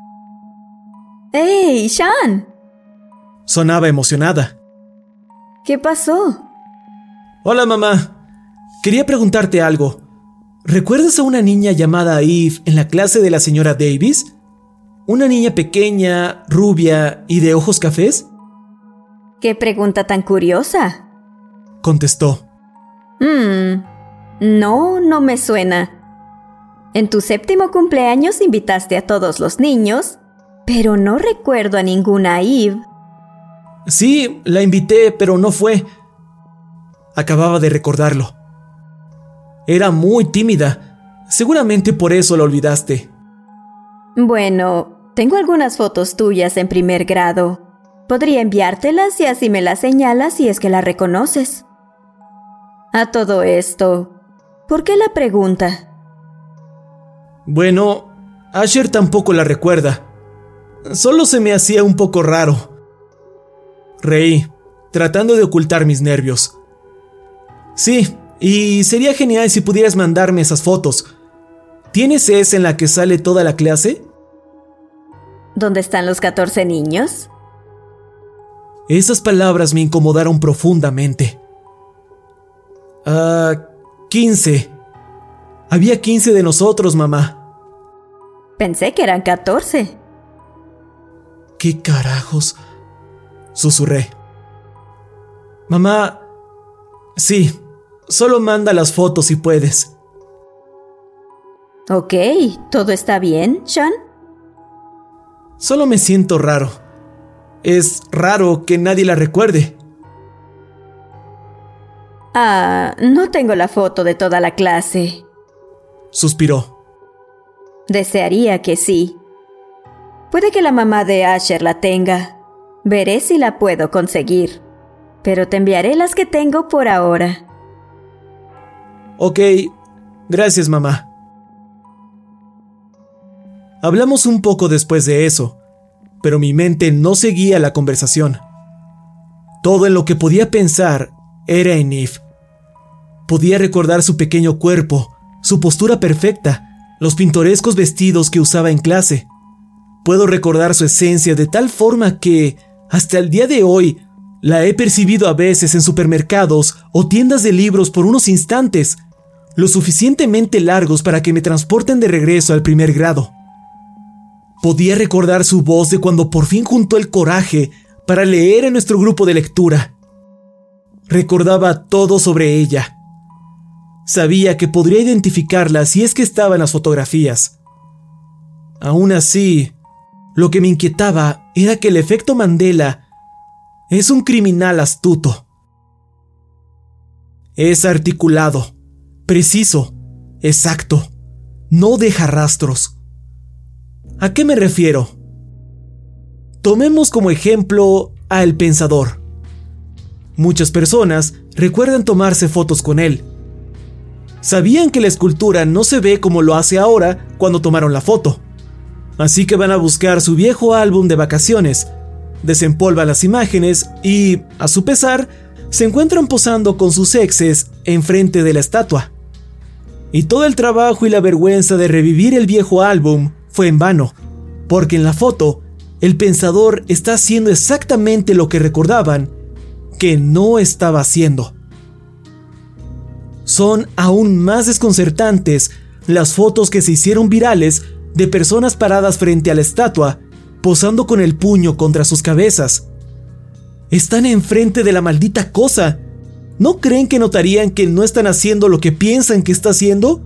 ¡Hey, Sean! Sonaba emocionada. ¿Qué pasó? Hola, mamá. Quería preguntarte algo. ¿Recuerdas a una niña llamada Eve en la clase de la señora Davis? ¿Una niña pequeña, rubia y de ojos cafés? ¡Qué pregunta tan curiosa! Contestó. No me suena. En tu 7º cumpleaños invitaste a todos los niños, pero no recuerdo a ninguna Eve. Sí, la invité, pero no fue. Acababa de recordarlo. Era muy tímida. Seguramente por eso la olvidaste. Bueno, tengo algunas fotos tuyas en primer grado. Podría enviártelas y así me las señalas si es que la reconoces. A todo esto, ¿por qué la pregunta? Bueno, Asher tampoco la recuerda. Solo se me hacía un poco raro. Reí, tratando de ocultar mis nervios. Sí, y sería genial si pudieras mandarme esas fotos. ¿Tienes esa en la que sale toda la clase? ¿Dónde están los 14 niños? Esas palabras me incomodaron profundamente. 15. Había 15 de nosotros, mamá. Pensé que eran 14. ¿Qué carajos? Susurré. Mamá, sí, solo manda las fotos si puedes. Ok, ¿todo está bien, Sean? Solo me siento raro. Es raro que nadie la recuerde. No tengo la foto de toda la clase. Suspiró. Desearía que sí. Puede que la mamá de Asher la tenga. Veré si la puedo conseguir. Pero te enviaré las que tengo por ahora. Ok, gracias, mamá. Hablamos un poco después de eso, pero mi mente no seguía la conversación. Todo en lo que podía pensar era en Eve. Podía recordar su pequeño cuerpo, su postura perfecta, los pintorescos vestidos que usaba en clase. Puedo recordar su esencia de tal forma que, hasta el día de hoy, la he percibido a veces en supermercados o tiendas de libros por unos instantes, lo suficientemente largos para que me transporten de regreso al primer grado. Podía recordar su voz de cuando por fin juntó el coraje para leer en nuestro grupo de lectura. Recordaba todo sobre ella. Sabía que podría identificarla si es que estaba en las fotografías. Aún así, lo que me inquietaba era que el efecto Mandela es un criminal astuto. Es articulado, preciso, exacto. No deja rastros. ¿A qué me refiero? Tomemos como ejemplo a El Pensador. Muchas personas recuerdan tomarse fotos con él. Sabían que la escultura no se ve como lo hace ahora cuando tomaron la foto. Así que van a buscar su viejo álbum de vacaciones, desempolvan las imágenes y, a su pesar, se encuentran posando con sus exes enfrente de la estatua. Y todo el trabajo y la vergüenza de revivir el viejo álbum fue en vano, porque en la foto, el pensador está haciendo exactamente lo que recordaban que no estaba haciendo. Son aún más desconcertantes las fotos que se hicieron virales de personas paradas frente a la estatua, posando con el puño contra sus cabezas. Están enfrente de la maldita cosa. ¿No creen que notarían que no están haciendo lo que piensan que está haciendo?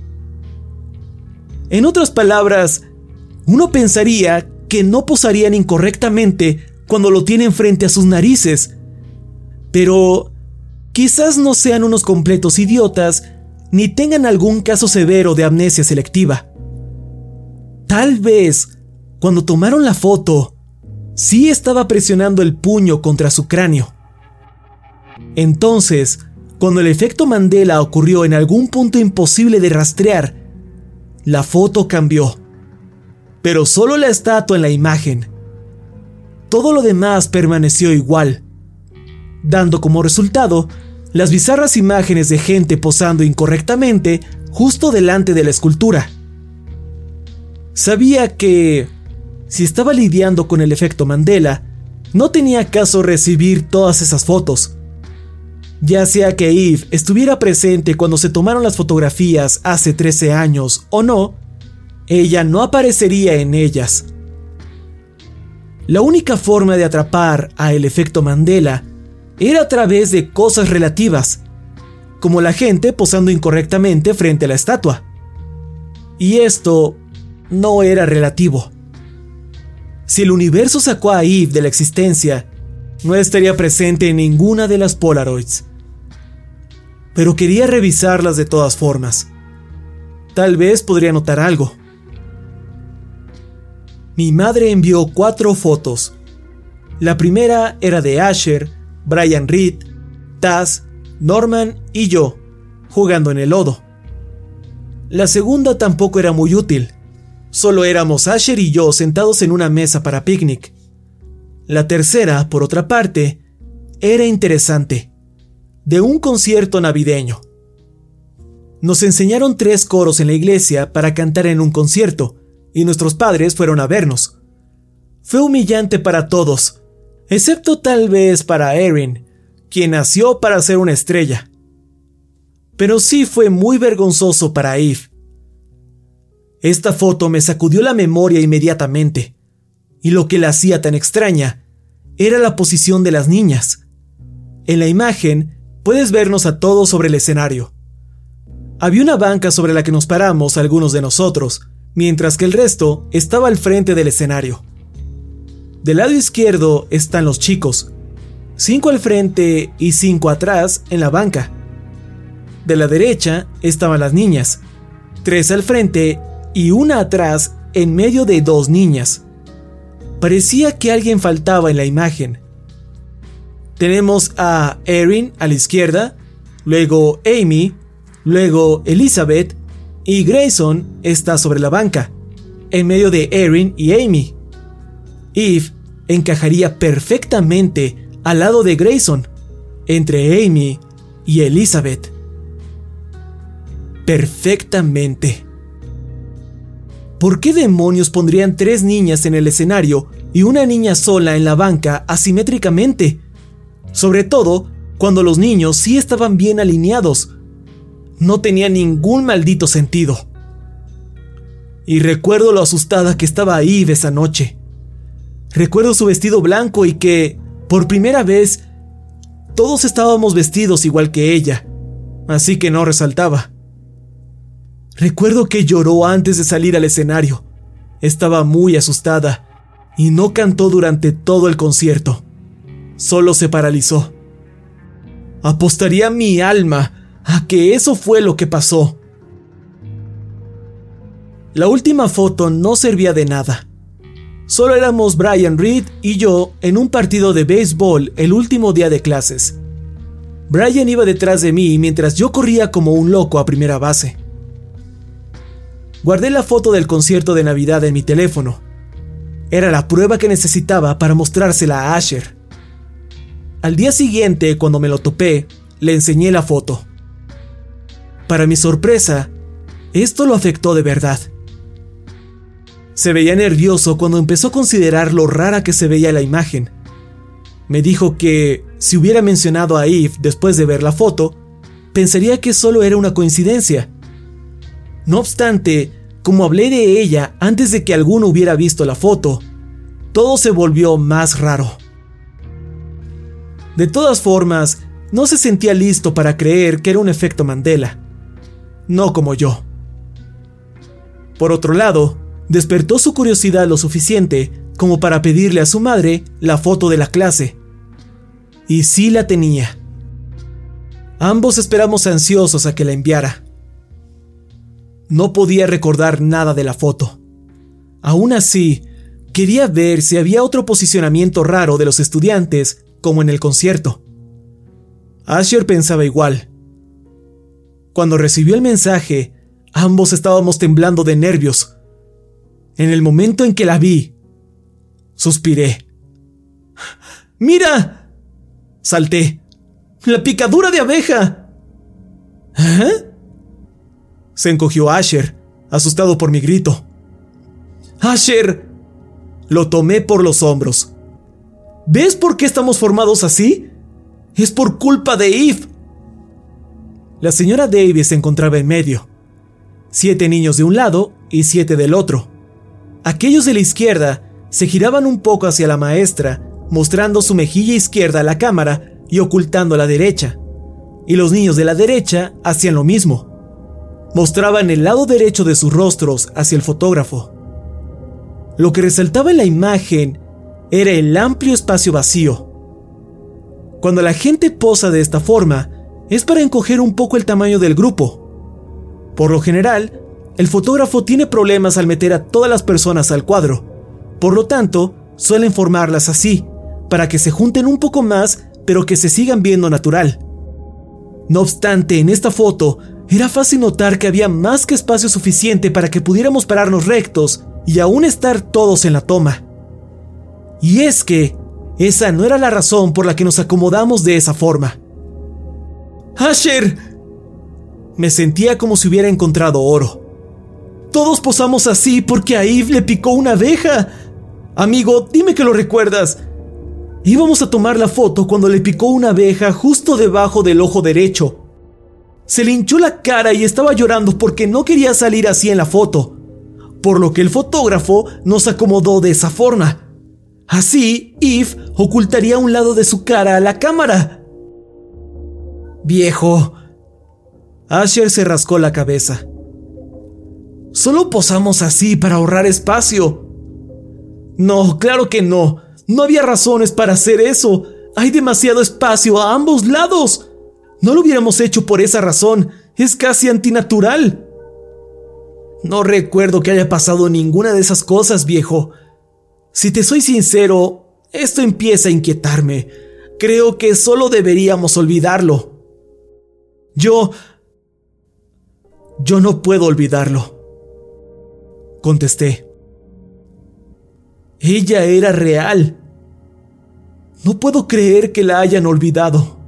En otras palabras, uno pensaría que no posarían incorrectamente cuando lo tienen frente a sus narices. Pero quizás no sean unos completos idiotas ni tengan algún caso severo de amnesia selectiva. Tal vez, cuando tomaron la foto, sí estaba presionando el puño contra su cráneo. Entonces, cuando el efecto Mandela ocurrió en algún punto imposible de rastrear, la foto cambió. Pero solo la estatua en la imagen. Todo lo demás permaneció igual, dando como resultado las bizarras imágenes de gente posando incorrectamente justo delante de la escultura. Sabía que, si estaba lidiando con el efecto Mandela, no tenía caso recibir todas esas fotos. Ya sea que Eve estuviera presente cuando se tomaron las fotografías hace 13 años o no, ella no aparecería en ellas. La única forma de atrapar a el efecto Mandela era a través de cosas relativas, como la gente posando incorrectamente frente a la estatua. Y esto no era relativo. Si el universo sacó a Eve de la existencia, no estaría presente en ninguna de las Polaroids. Pero quería revisarlas de todas formas. Tal vez podría notar algo. Mi madre envió 4 fotos. La primera era de Asher, Brian Reed, Taz, Norman y yo, jugando en el lodo. La segunda tampoco era muy útil. Solo éramos Asher y yo sentados en una mesa para picnic. La tercera, por otra parte, era interesante. De un concierto navideño. Nos enseñaron 3 coros en la iglesia para cantar en un concierto, y nuestros padres fueron a vernos. Fue humillante para todos, excepto tal vez para Erin, quien nació para ser una estrella. Pero sí fue muy vergonzoso para Eve. Esta foto me sacudió la memoria inmediatamente, y lo que la hacía tan extraña era la posición de las niñas. En la imagen puedes vernos a todos sobre el escenario. Había una banca sobre la que nos paramos algunos de nosotros, mientras que el resto estaba al frente del escenario. Del lado izquierdo están los chicos, 5 al frente y 5 atrás en la banca. De la derecha estaban las niñas, 3 al frente y 1 atrás en medio de 2 niñas. Parecía que alguien faltaba en la imagen. Tenemos a Erin a la izquierda, luego Amy, luego Elizabeth y Grayson está sobre la banca, en medio de Erin y Amy. Eve encajaría perfectamente al lado de Grayson, entre Amy y Elizabeth. Perfectamente. ¿Por qué demonios pondrían 3 niñas en el escenario y una niña sola en la banca asimétricamente? Sobre todo cuando los niños sí estaban bien alineados. No tenía ningún maldito sentido. Y recuerdo lo asustada que estaba Eve esa noche. Recuerdo su vestido blanco y que, por primera vez, todos estábamos vestidos igual que ella, así que no resaltaba. Recuerdo que lloró antes de salir al escenario. Estaba muy asustada y no cantó durante todo el concierto. Solo se paralizó. Apostaría mi alma a que eso fue lo que pasó. La última foto no servía de nada. Solo éramos Brian Reed y yo en un partido de béisbol el último día de clases. Brian iba detrás de mí mientras yo corría como un loco a primera base. Guardé la foto del concierto de Navidad en mi teléfono. Era la prueba que necesitaba para mostrársela a Asher. Al día siguiente, cuando me lo topé, le enseñé la foto. Para mi sorpresa, esto lo afectó de verdad. Se veía nervioso cuando empezó a considerar lo rara que se veía la imagen. Me dijo que, si hubiera mencionado a Eve después de ver la foto, pensaría que solo era una coincidencia. No obstante, como hablé de ella antes de que alguno hubiera visto la foto, todo se volvió más raro. De todas formas, no se sentía listo para creer que era un efecto Mandela. No como yo. Por otro lado, despertó su curiosidad lo suficiente como para pedirle a su madre la foto de la clase. Y sí la tenía. Ambos esperamos ansiosos a que la enviara. No podía recordar nada de la foto. Aún así, quería ver si había otro posicionamiento raro de los estudiantes, como en el concierto. Asher pensaba igual. Cuando recibió el mensaje, ambos estábamos temblando de nervios. En el momento en que la vi, suspiré. ¡Mira! Salté. ¡La picadura de abeja! ¿Eh? Se encogió Asher, asustado por mi grito. ¡Asher! Lo tomé por los hombros. ¿Ves por qué estamos formados así? Es por culpa de Eve. La señora Davis se encontraba en medio. 7 niños de un lado y 7 del otro. Aquellos de la izquierda se giraban un poco hacia la maestra, mostrando su mejilla izquierda a la cámara y ocultando la derecha. Y los niños de la derecha hacían lo mismo. Mostraban el lado derecho de sus rostros hacia el fotógrafo. Lo que resaltaba en la imagen era el amplio espacio vacío. Cuando la gente posa de esta forma, es para encoger un poco el tamaño del grupo. Por lo general, el fotógrafo tiene problemas al meter a todas las personas al cuadro. Por lo tanto, suelen formarlas así, para que se junten un poco más, pero que se sigan viendo natural. No obstante, en esta foto, era fácil notar que había más que espacio suficiente para que pudiéramos pararnos rectos y aún estar todos en la toma. Y es que esa no era la razón por la que nos acomodamos de esa forma. ¡Asher! Me sentía como si hubiera encontrado oro. Todos posamos así porque a Eve le picó una abeja. Amigo, dime que lo recuerdas. Íbamos a tomar la foto cuando le picó una abeja justo debajo del ojo derecho. Se le hinchó la cara y estaba llorando porque no quería salir así en la foto, por lo que el fotógrafo nos acomodó de esa forma. Así, Eve ocultaría un lado de su cara a la cámara. Viejo. Asher se rascó la cabeza. Solo posamos así para ahorrar espacio. No, claro que no. No había razones para hacer eso. Hay demasiado espacio a ambos lados. No lo hubiéramos hecho por esa razón. Es casi antinatural. No recuerdo que haya pasado ninguna de esas cosas, viejo. Si te soy sincero, esto empieza a inquietarme. Creo que solo deberíamos olvidarlo. Yo no puedo olvidarlo, contesté. Ella era real. No puedo creer que la hayan olvidado.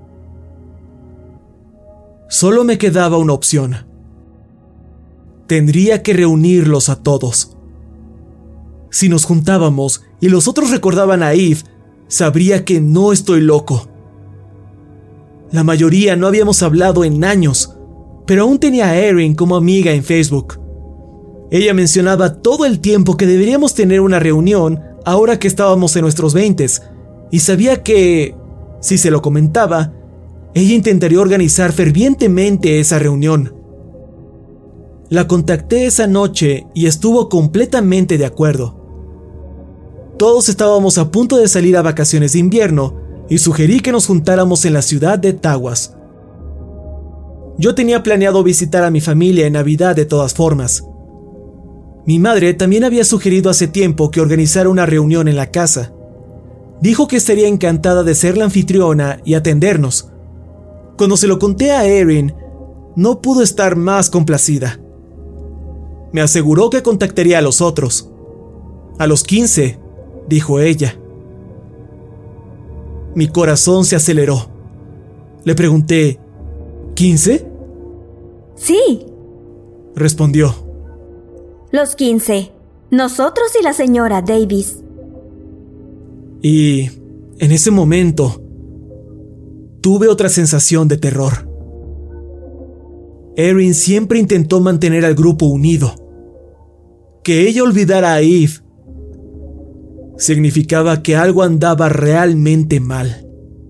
Solo me quedaba una opción. Tendría que reunirlos a todos. Si nos juntábamos y los otros recordaban a Eve, sabría que no estoy loco. La mayoría no habíamos hablado en años, pero aún tenía a Erin como amiga en Facebook. Ella mencionaba todo el tiempo que deberíamos tener una reunión ahora que estábamos en nuestros 20s, y sabía que, si se lo comentaba, ella intentaría organizar fervientemente esa reunión. La contacté esa noche y estuvo completamente de acuerdo. Todos estábamos a punto de salir a vacaciones de invierno y sugerí que nos juntáramos en la ciudad de Tawas. Yo tenía planeado visitar a mi familia en Navidad de todas formas. Mi madre también había sugerido hace tiempo que organizara una reunión en la casa. Dijo que estaría encantada de ser la anfitriona y atendernos. Cuando se lo conté a Erin, no pudo estar más complacida. Me aseguró que contactaría a los otros. A los 15, dijo ella. Mi corazón se aceleró. Le pregunté, ¿15? Sí. respondió. Los 15. Nosotros y la señora Davis. Y en ese momento tuve otra sensación de terror. Erin siempre intentó mantener al grupo unido. Que ella olvidara a Eve significaba que algo andaba realmente mal.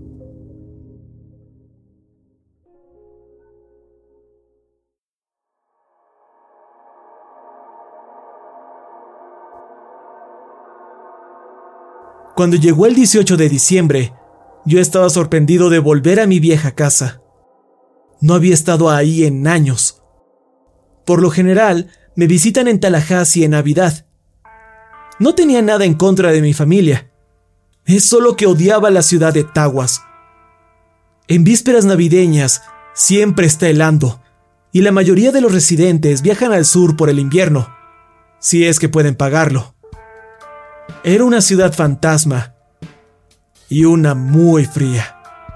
Cuando llegó el 18 de diciembre, yo estaba sorprendido de volver a mi vieja casa. No había estado ahí en años. Por lo general, me visitan en Tallahassee en Navidad. No tenía nada en contra de mi familia. Es solo que odiaba la ciudad de Tawas. En vísperas navideñas, siempre está helando, y la mayoría de los residentes viajan al sur por el invierno, si es que pueden pagarlo. Era una ciudad fantasma y una muy fría.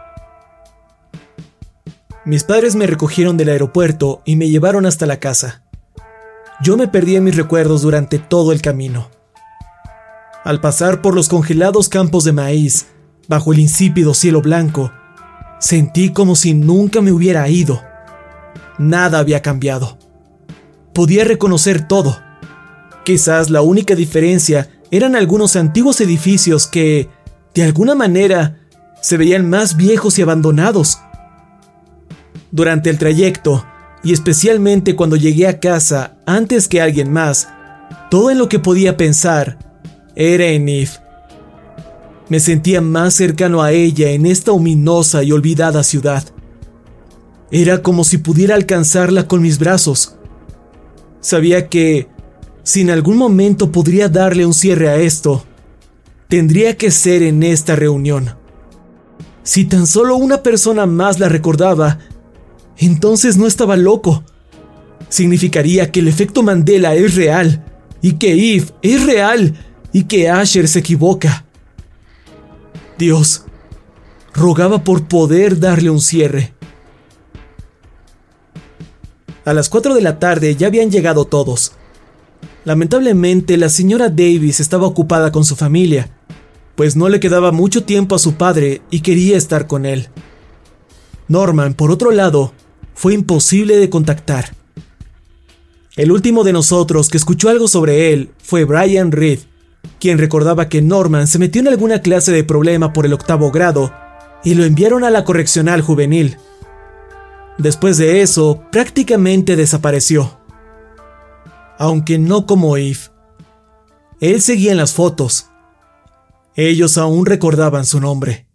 Mis padres me recogieron del aeropuerto y me llevaron hasta la casa. Yo me perdí en mis recuerdos durante todo el camino. Al pasar por los congelados campos de maíz, bajo el insípido cielo blanco, sentí como si nunca me hubiera ido. Nada había cambiado. Podía reconocer todo. Quizás la única diferencia eran algunos antiguos edificios que, de alguna manera, se veían más viejos y abandonados. Durante el trayecto, y especialmente cuando llegué a casa antes que alguien más, todo en lo que podía pensar era en Eve. Me sentía más cercano a ella en esta ominosa y olvidada ciudad. Era como si pudiera alcanzarla con mis brazos. Sabía que, si en algún momento podría darle un cierre a esto, tendría que ser en esta reunión. Si tan solo una persona más la recordaba, entonces no estaba loco. Significaría que el efecto Mandela es real, y que Eve es real, y que Asher se equivoca. Dios, rogaba por poder darle un cierre. A las 4 de la tarde ya habían llegado todos. Lamentablemente, la señora Davis estaba ocupada con su familia, pues no le quedaba mucho tiempo a su padre y quería estar con él. Norman, por otro lado, fue imposible de contactar. El último de nosotros que escuchó algo sobre él fue Brian Reed, quien recordaba que Norman se metió en alguna clase de problema por el 8º grado y lo enviaron a la correccional juvenil. Después de eso, prácticamente desapareció. Aunque no como Eve. Él seguía en las fotos. Ellos aún recordaban su nombre.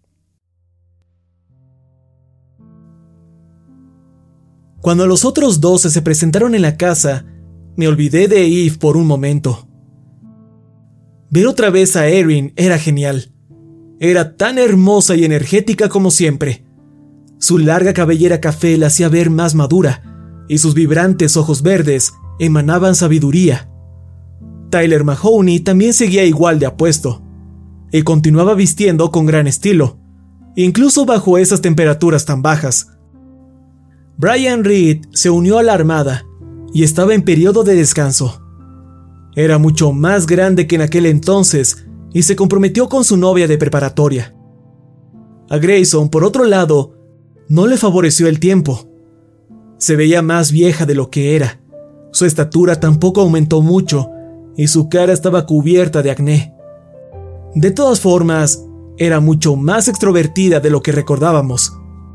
Cuando los otros 12 se presentaron en la casa, me olvidé de Eve por un momento. Ver otra vez a Erin era genial. Era tan hermosa y energética como siempre. Su larga cabellera café la hacía ver más madura, y sus vibrantes ojos verdes emanaban sabiduría. Tyler Mahoney también seguía igual de apuesto, y continuaba vistiendo con gran estilo, incluso bajo esas temperaturas tan bajas. Brian Reed se unió a la armada y estaba en periodo de descanso. Era mucho más grande que en aquel entonces y se comprometió con su novia de preparatoria. A Grayson, por otro lado, no le favoreció el tiempo. Se veía más vieja de lo que era. Su estatura tampoco aumentó mucho y su cara estaba cubierta de acné. De todas formas, era mucho más extrovertida de lo que recordábamos.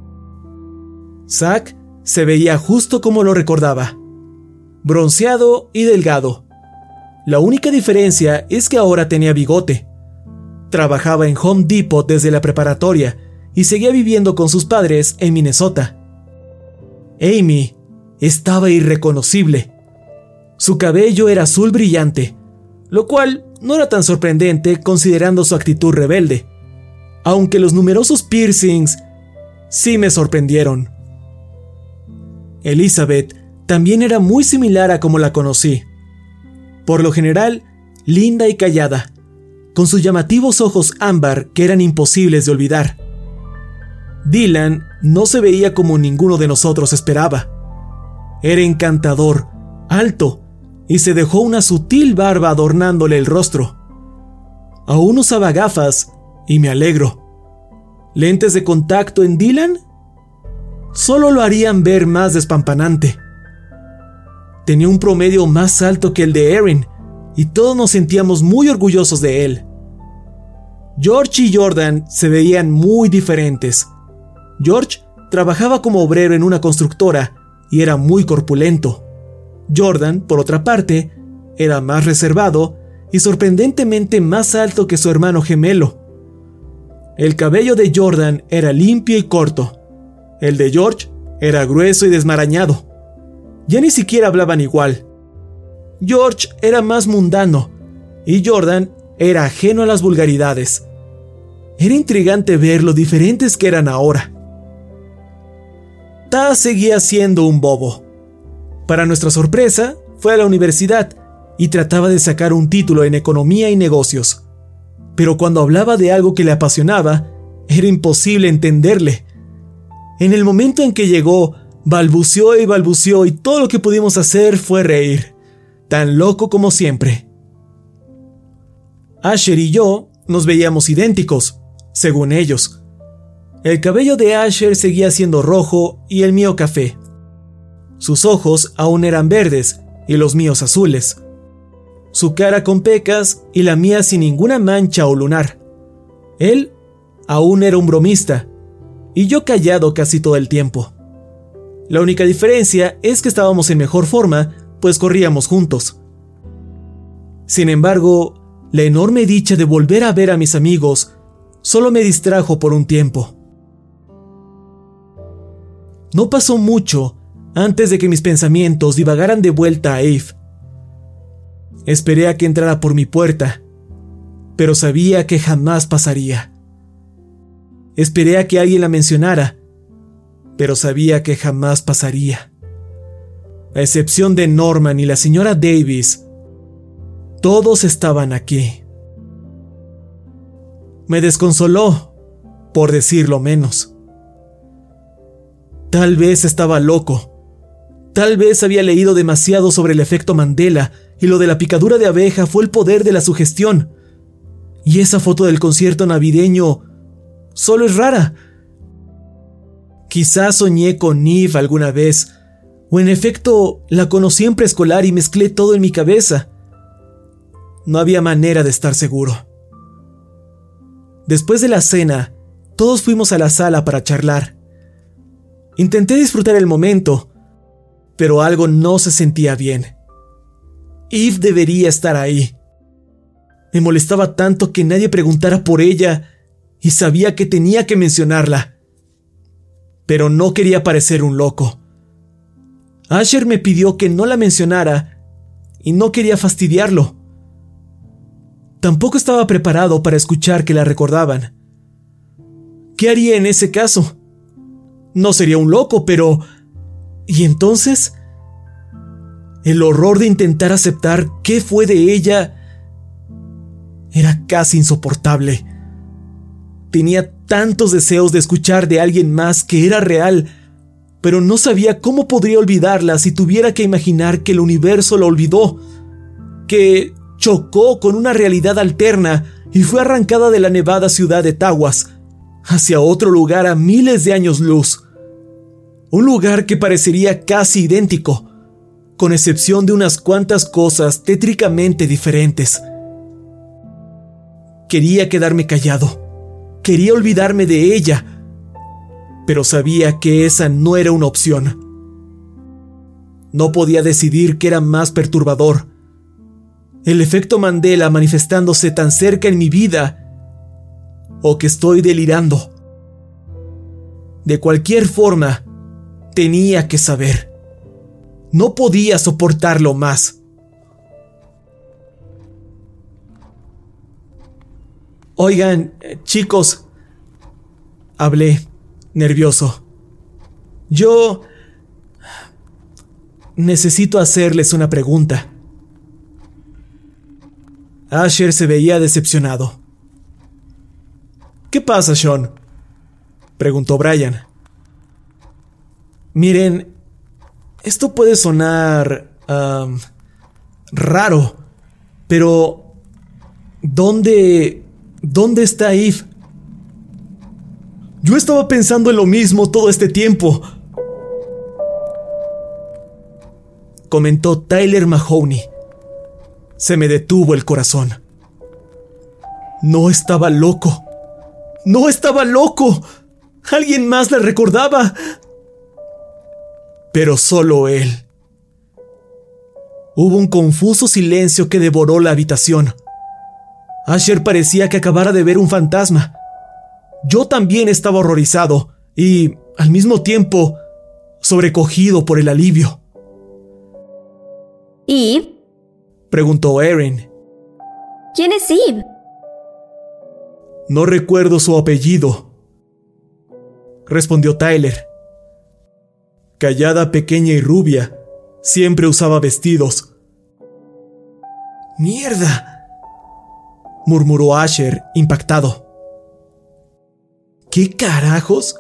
Zach se veía justo como lo recordaba, bronceado y delgado. La única diferencia es que ahora tenía bigote. Trabajaba en Home Depot desde la preparatoria y seguía viviendo con sus padres en Minnesota. Amy estaba irreconocible. Su cabello era azul brillante, lo cual no era tan sorprendente considerando su actitud rebelde, aunque los numerosos piercings sí me sorprendieron. Elizabeth también era muy similar a como la conocí. Por lo general, linda y callada, con sus llamativos ojos ámbar que eran imposibles de olvidar. Dylan no se veía como ninguno de nosotros esperaba. Era encantador, alto, y se dejó una sutil barba adornándole el rostro. Aún usaba gafas, y me alegro. ¿Lentes de contacto en Dylan? Solo lo harían ver más despampanante. Tenía un promedio más alto que el de Erin, y todos nos sentíamos muy orgullosos de él. George y Jordan se veían muy diferentes. George trabajaba como obrero en una constructora y era muy corpulento. Jordan, por otra parte, era más reservado y sorprendentemente más alto que su hermano gemelo. El cabello de Jordan era limpio y corto. El de George era grueso y desmarañado. Ya ni siquiera hablaban igual. George era más mundano y Jordan era ajeno a las vulgaridades. Era intrigante ver lo diferentes que eran ahora. Taz seguía siendo un bobo. Para nuestra sorpresa, fue a la universidad y trataba de sacar un título en economía y negocios. Pero cuando hablaba de algo que le apasionaba, era imposible entenderle. En el momento en que llegó, balbuceó y todo lo que pudimos hacer fue reír, tan loco como siempre. Asher y yo nos veíamos idénticos, según ellos. El cabello de Asher seguía siendo rojo y el mío café. Sus ojos aún eran verdes y los míos azules. Su cara con pecas y la mía sin ninguna mancha o lunar. Él aún era un bromista y yo callado casi todo el tiempo. La única diferencia es que estábamos en mejor forma, pues corríamos juntos. Sin embargo, la enorme dicha de volver a ver a mis amigos solo me distrajo por un tiempo. No pasó mucho antes de que mis pensamientos divagaran de vuelta a Eve. Esperé a que entrara por mi puerta, pero sabía que jamás pasaría. Esperé a que alguien la mencionara, pero sabía que jamás pasaría. A excepción de Norman y la señora Davis, todos estaban aquí. Me desconsoló, por decirlo menos. Tal vez estaba loco. Tal vez había leído demasiado sobre el efecto Mandela y lo de la picadura de abeja fue el poder de la sugestión. Y esa foto del concierto navideño solo es rara. Quizás soñé con Eve alguna vez, o en efecto la conocí en preescolar y mezclé todo en mi cabeza. No había manera de estar seguro. Después de la cena, todos fuimos a la sala para charlar. Intenté disfrutar el momento, pero algo no se sentía bien. Eve debería estar ahí. Me molestaba tanto que nadie preguntara por ella y sabía que tenía que mencionarla. Pero no quería parecer un loco. Asher me pidió que no la mencionara y no quería fastidiarlo. Tampoco estaba preparado para escuchar que la recordaban. ¿Qué haría en ese caso? No sería un loco, pero... ¿y entonces? El horror de intentar aceptar qué fue de ella era casi insoportable. Tenía tantos deseos de escuchar de alguien más que era real, pero no sabía cómo podría olvidarla si tuviera que imaginar que el universo la olvidó, que chocó con una realidad alterna y fue arrancada de la nevada ciudad de Tawas hacia otro lugar a miles de años luz. Un lugar que parecería casi idéntico, con excepción de unas cuantas cosas tétricamente diferentes. Quería quedarme callado. Quería olvidarme de ella, pero sabía que esa no era una opción. No podía decidir qué era más perturbador: el efecto Mandela manifestándose tan cerca en mi vida, o que estoy delirando. De cualquier forma, tenía que saber. No podía soportarlo más. Oigan, chicos, hablé, nervioso. Yo necesito hacerles una pregunta. Asher se veía decepcionado. ¿Qué pasa, Sean?, preguntó Brian. Miren, Esto puede sonar raro, pero ¿dónde está Eve? Yo estaba pensando en lo mismo todo este tiempo, comentó Tyler Mahoney. Se me detuvo el corazón. No estaba loco. ¡No estaba loco! Alguien más la recordaba. Pero solo él. Hubo un confuso silencio que devoró la habitación. Asher parecía que acabara de ver un fantasma. Yo también estaba horrorizado y, al mismo tiempo, sobrecogido por el alivio. ¿Eve? Preguntó Erin. ¿Quién es Eve? No recuerdo su apellido, respondió Tyler. Callada, pequeña y rubia, siempre usaba vestidos. ¡Mierda!, murmuró Asher, impactado. ¿Qué carajos?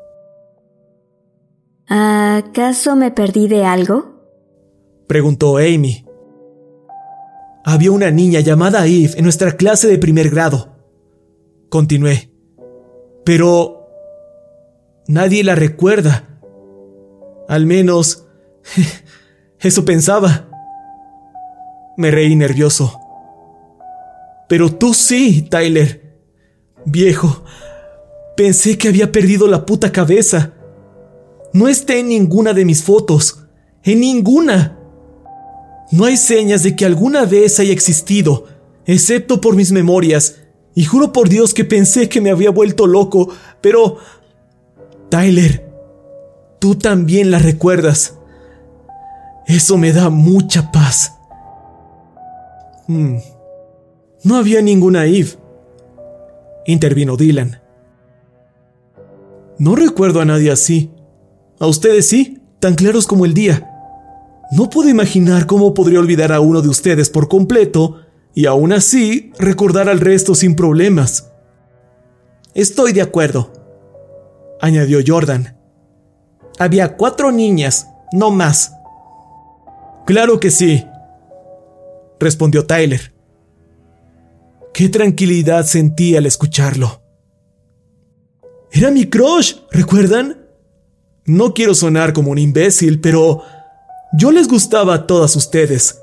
¿Acaso me perdí de algo? Preguntó Amy. Había una niña llamada Eve en nuestra clase de primer grado. Continué. Pero nadie la recuerda. Al menos eso pensaba. Me reí nervioso. Pero tú sí, Tyler. Viejo, pensé que había perdido la puta cabeza. No está en ninguna de mis fotos. En ninguna. No hay señas de que alguna vez haya existido, excepto por mis memorias. Y juro por Dios que pensé que me había vuelto loco, pero... Tyler, tú también la recuerdas. Eso me da mucha paz. No había ninguna Eve, intervino Dylan. No recuerdo a nadie así. A ustedes sí, tan claros como el día. No puedo imaginar cómo podría olvidar a uno de ustedes por completo y aún así recordar al resto sin problemas. Estoy de acuerdo, añadió Jordan. Había 4 niñas, no más. Claro que sí, respondió Tyler. Qué tranquilidad sentí al escucharlo. Era mi crush, ¿recuerdan? No quiero sonar como un imbécil, pero yo les gustaba a todas ustedes.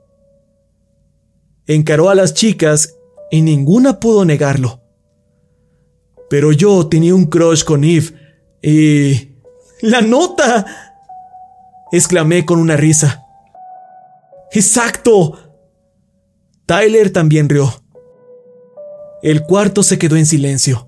Encaró a las chicas y ninguna pudo negarlo. Pero yo tenía un crush con Eve y... ¡La nota!, exclamé con una risa. ¡Exacto! Tyler también rió. El cuarto se quedó en silencio.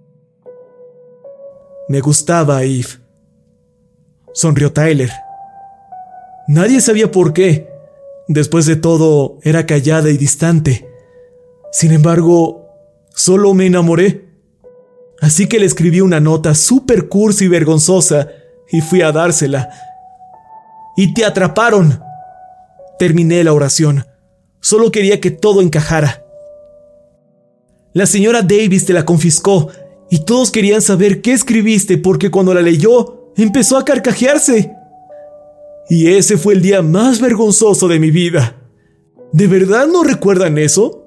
Me gustaba Eve, sonrió Tyler. Nadie sabía por qué. Después de todo, era callada y distante. Sin embargo, solo me enamoré. Así que le escribí una nota súper cursi y vergonzosa y fui a dársela. ¡Y te atraparon! Terminé la oración. Solo quería que todo encajara. La señora Davis te la confiscó y todos querían saber qué escribiste porque cuando la leyó, empezó a carcajearse. Y ese fue el día más vergonzoso de mi vida. ¿De verdad no recuerdan eso?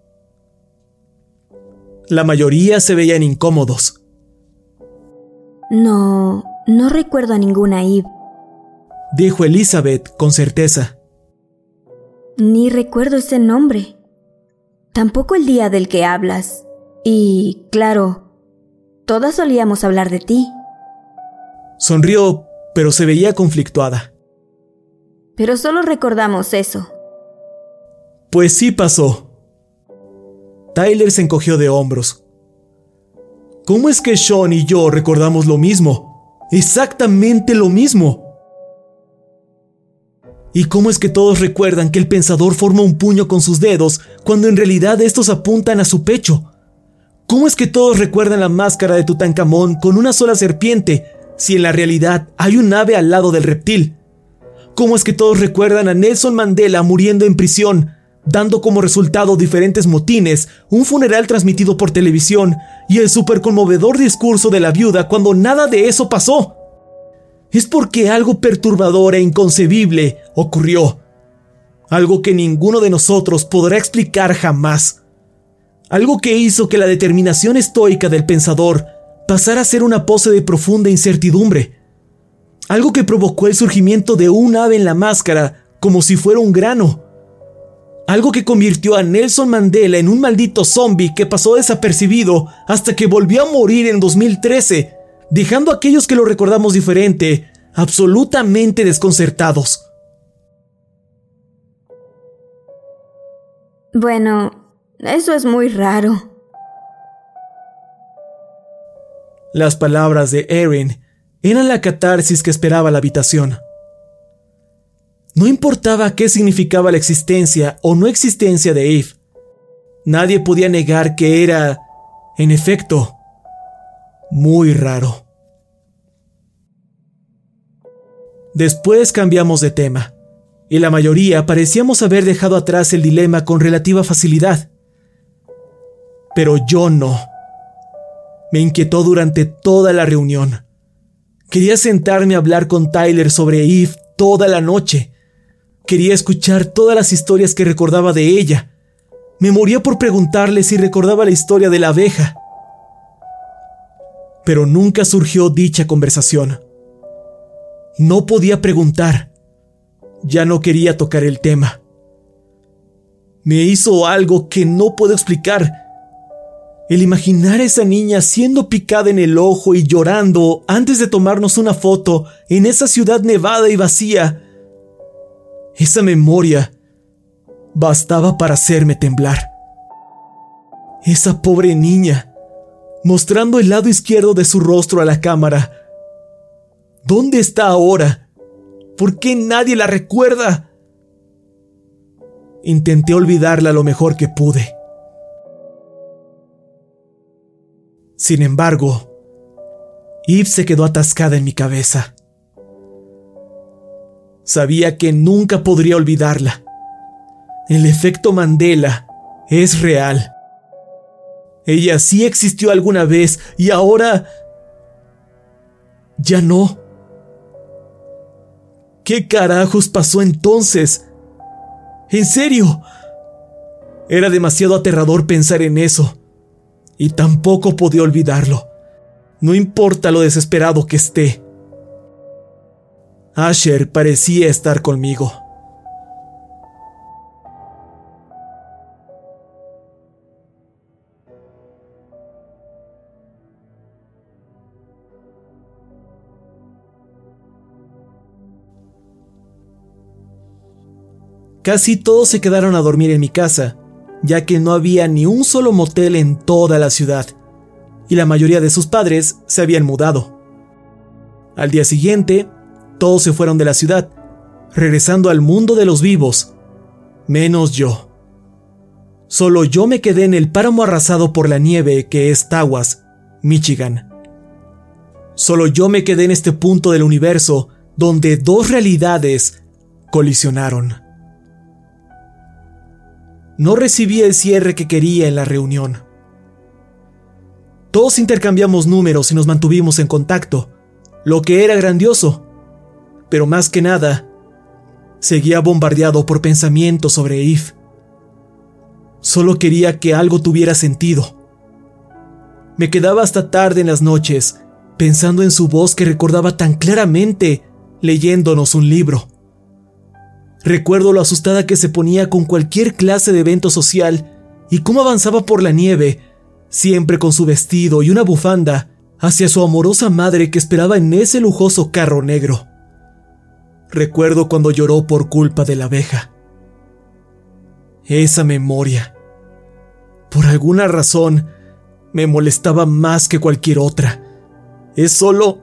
La mayoría se veían incómodos. No recuerdo a ninguna Eve, dijo Elizabeth con certeza. Ni recuerdo ese nombre. Tampoco el día del que hablas. Y, claro, todas solíamos hablar de ti. Sonrió, pero se veía conflictuada. Pero solo recordamos eso. Pues sí pasó. Tyler se encogió de hombros. ¿Cómo es que Sean y yo recordamos lo mismo? Exactamente lo mismo. ¿Y cómo es que todos recuerdan que el pensador forma un puño con sus dedos cuando en realidad estos apuntan a su pecho? ¿Cómo es que todos recuerdan la máscara de Tutankamón con una sola serpiente si en la realidad hay un ave al lado del reptil? ¿Cómo es que todos recuerdan a Nelson Mandela muriendo en prisión, dando como resultado diferentes motines, un funeral transmitido por televisión y el súper conmovedor discurso de la viuda cuando nada de eso pasó? es porque algo perturbador e inconcebible ocurrió. Algo que ninguno de nosotros podrá explicar jamás. Algo que hizo que la determinación estoica del pensador pasara a ser una pose de profunda incertidumbre. Algo que provocó el surgimiento de un ave en la máscara como si fuera un grano. Algo que convirtió a Nelson Mandela en un maldito zombie que pasó desapercibido hasta que volvió a morir en 2013, dejando a aquellos que lo recordamos diferente, absolutamente desconcertados. Bueno, eso es muy raro. Las palabras de Erin eran la catarsis que esperaba la habitación. No importaba qué significaba la existencia o no existencia de Eve. Nadie podía negar que era, en efecto, muy raro. Después cambiamos de tema, y la mayoría parecíamos haber dejado atrás el dilema con relativa facilidad. Pero yo no. Me inquietó durante toda la reunión. Quería sentarme a hablar con Tyler sobre Eve toda la noche. Quería escuchar todas las historias que recordaba de ella. Me moría por preguntarle si recordaba la historia de la abeja. Pero nunca surgió dicha conversación. No podía preguntar. Ya no quería tocar el tema. Me hizo algo que no puedo explicar. El imaginar a esa niña siendo picada en el ojo y llorando antes de tomarnos una foto en esa ciudad nevada y vacía. Esa memoria bastaba para hacerme temblar. Esa pobre niña, mostrando el lado izquierdo de su rostro a la cámara. ¿Dónde está ahora? ¿Por qué nadie la recuerda? Intenté olvidarla lo mejor que pude. Sin embargo, Eve se quedó atascada en mi cabeza. Sabía que nunca podría olvidarla. El efecto Mandela es real. Ella sí existió alguna vez y ahora ya no. ¿Qué carajos pasó entonces? ¿En serio? Era demasiado aterrador pensar en eso. Y tampoco podía olvidarlo. No importa lo desesperado que esté. Asher parecía estar conmigo. Casi todos se quedaron a dormir en mi casa, ya que no había ni un solo motel en toda la ciudad, y la mayoría de sus padres se habían mudado. Al día siguiente, todos se fueron de la ciudad, regresando al mundo de los vivos, menos yo. Solo yo me quedé en el páramo arrasado por la nieve que es Tawas, Michigan. Solo yo me quedé en este punto del universo donde dos realidades colisionaron. No recibí el cierre que quería en la reunión. Todos intercambiamos números y nos mantuvimos en contacto, lo que era grandioso. Pero más que nada, seguía bombardeado por pensamientos sobre Eve. Solo quería que algo tuviera sentido. Me quedaba hasta tarde en las noches, pensando en su voz que recordaba tan claramente, leyéndonos un libro. Recuerdo lo asustada que se ponía con cualquier clase de evento social y cómo avanzaba por la nieve, siempre con su vestido y una bufanda, hacia su amorosa madre que esperaba en ese lujoso carro negro. Recuerdo cuando lloró por culpa de la abeja. Esa memoria, por alguna razón, me molestaba más que cualquier otra. Es solo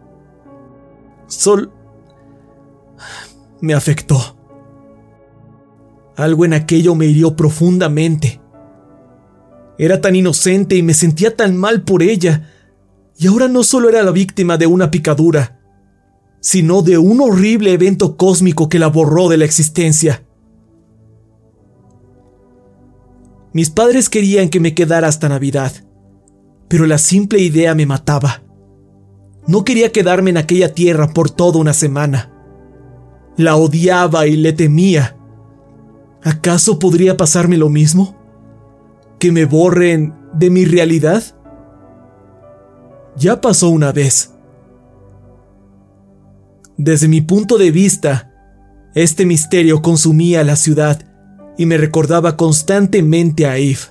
me afectó. Algo en aquello me hirió profundamente. Era tan inocente y me sentía tan mal por ella, y ahora no solo era la víctima de una picadura, sino de un horrible evento cósmico que la borró de la existencia. Mis padres querían que me quedara hasta Navidad, pero la simple idea me mataba. No quería quedarme en aquella tierra por toda una semana. La odiaba y le temía. ¿Acaso podría pasarme lo mismo? ¿Que me borren de mi realidad? Ya pasó una vez. Desde mi punto de vista, este misterio consumía la ciudad y me recordaba constantemente a Eve.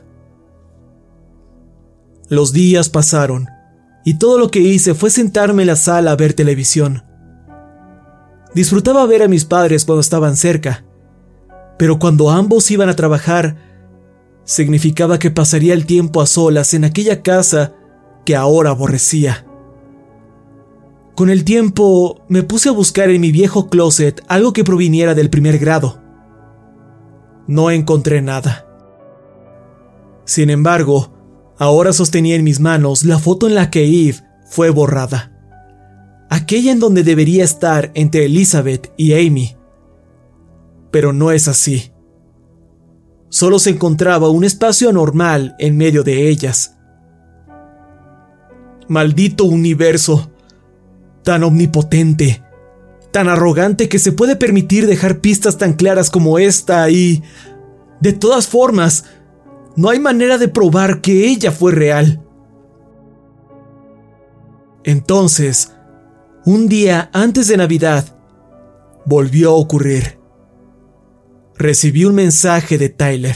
Los días pasaron y todo lo que hice fue sentarme en la sala a ver televisión. Disfrutaba ver a mis padres cuando estaban cerca, pero cuando ambos iban a trabajar, significaba que pasaría el tiempo a solas en aquella casa que ahora aborrecía. Con el tiempo me puse a buscar en mi viejo closet algo que proviniera del primer grado. No encontré nada. Sin embargo, ahora sostenía en mis manos la foto en la que Eve fue borrada. Aquella en donde debería estar entre Elizabeth y Amy. Pero no es así. Solo se encontraba un espacio anormal en medio de ellas. Maldito universo, tan omnipotente, tan arrogante que se puede permitir dejar pistas tan claras como esta y, de todas formas, no hay manera de probar que ella fue real. Entonces, un día antes de Navidad, volvió a ocurrir. Recibí un mensaje de Tyler.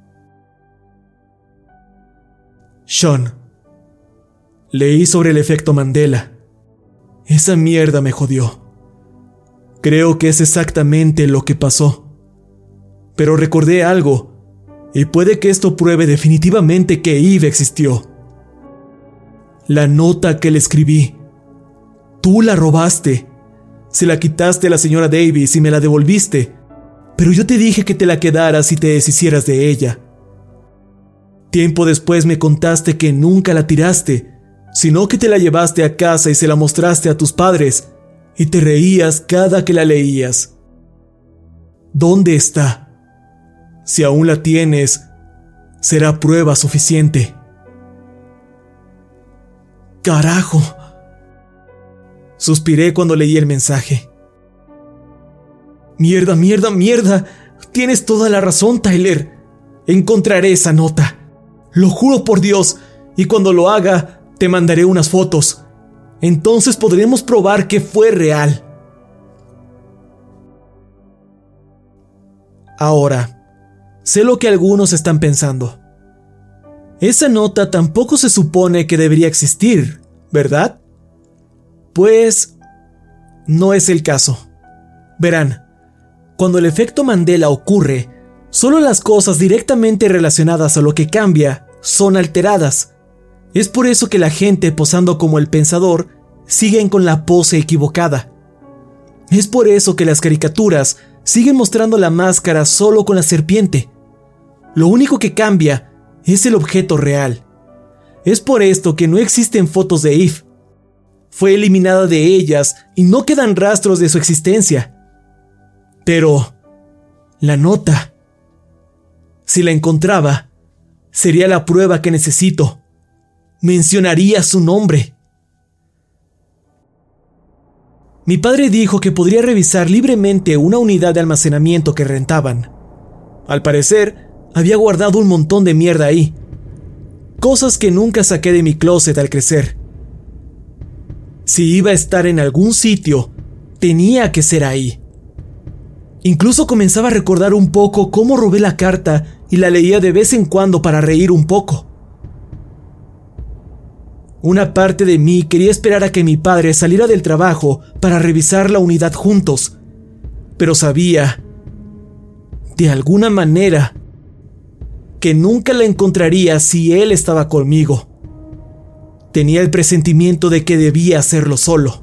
Sean, leí sobre el efecto Mandela. Esa mierda me jodió. Creo que es exactamente lo que pasó. Pero recordé algo, y puede que esto pruebe definitivamente que Eve existió. La nota que le escribí. Tú la robaste. Se la quitaste a la señora Davis y me la devolviste. Pero yo te dije que te la quedaras y te deshicieras de ella. Tiempo después me contaste que nunca la tiraste, sino que te la llevaste a casa y se la mostraste a tus padres, y te reías cada que la leías. ¿Dónde está? Si aún la tienes, será prueba suficiente. ¡Carajo! Suspiré cuando leí el mensaje. ¡Mierda, mierda, mierda! Tienes toda la razón, Tyler. Encontraré esa nota. Lo juro por Dios, y cuando lo haga, te mandaré unas fotos. Entonces podremos probar que fue real. Ahora, sé lo que algunos están pensando. Esa nota tampoco se supone que debería existir, ¿verdad? Pues, no es el caso. Verán, cuando el efecto Mandela ocurre, solo las cosas directamente relacionadas a lo que cambia son alteradas. Es por eso que la gente posando como el pensador siguen con la pose equivocada. Es por eso que las caricaturas siguen mostrando la máscara solo con la serpiente. Lo único que cambia es el objeto real. Es por esto que no existen fotos de Eve. Fue eliminada de ellas y no quedan rastros de su existencia. Pero la nota, si la encontraba, sería la prueba que necesito. Mencionaría su nombre. Mi padre dijo que podría revisar libremente una unidad de almacenamiento que rentaban. Al parecer, había guardado un montón de mierda ahí. Cosas que nunca saqué de mi closet al crecer. Si iba a estar en algún sitio, tenía que ser ahí. Incluso comenzaba a recordar un poco cómo robé la carta y la leía de vez en cuando para reír un poco. Una parte de mí quería esperar a que mi padre saliera del trabajo para revisar la unidad juntos, pero sabía, de alguna manera, que nunca la encontraría si él estaba conmigo. Tenía el presentimiento de que debía hacerlo solo.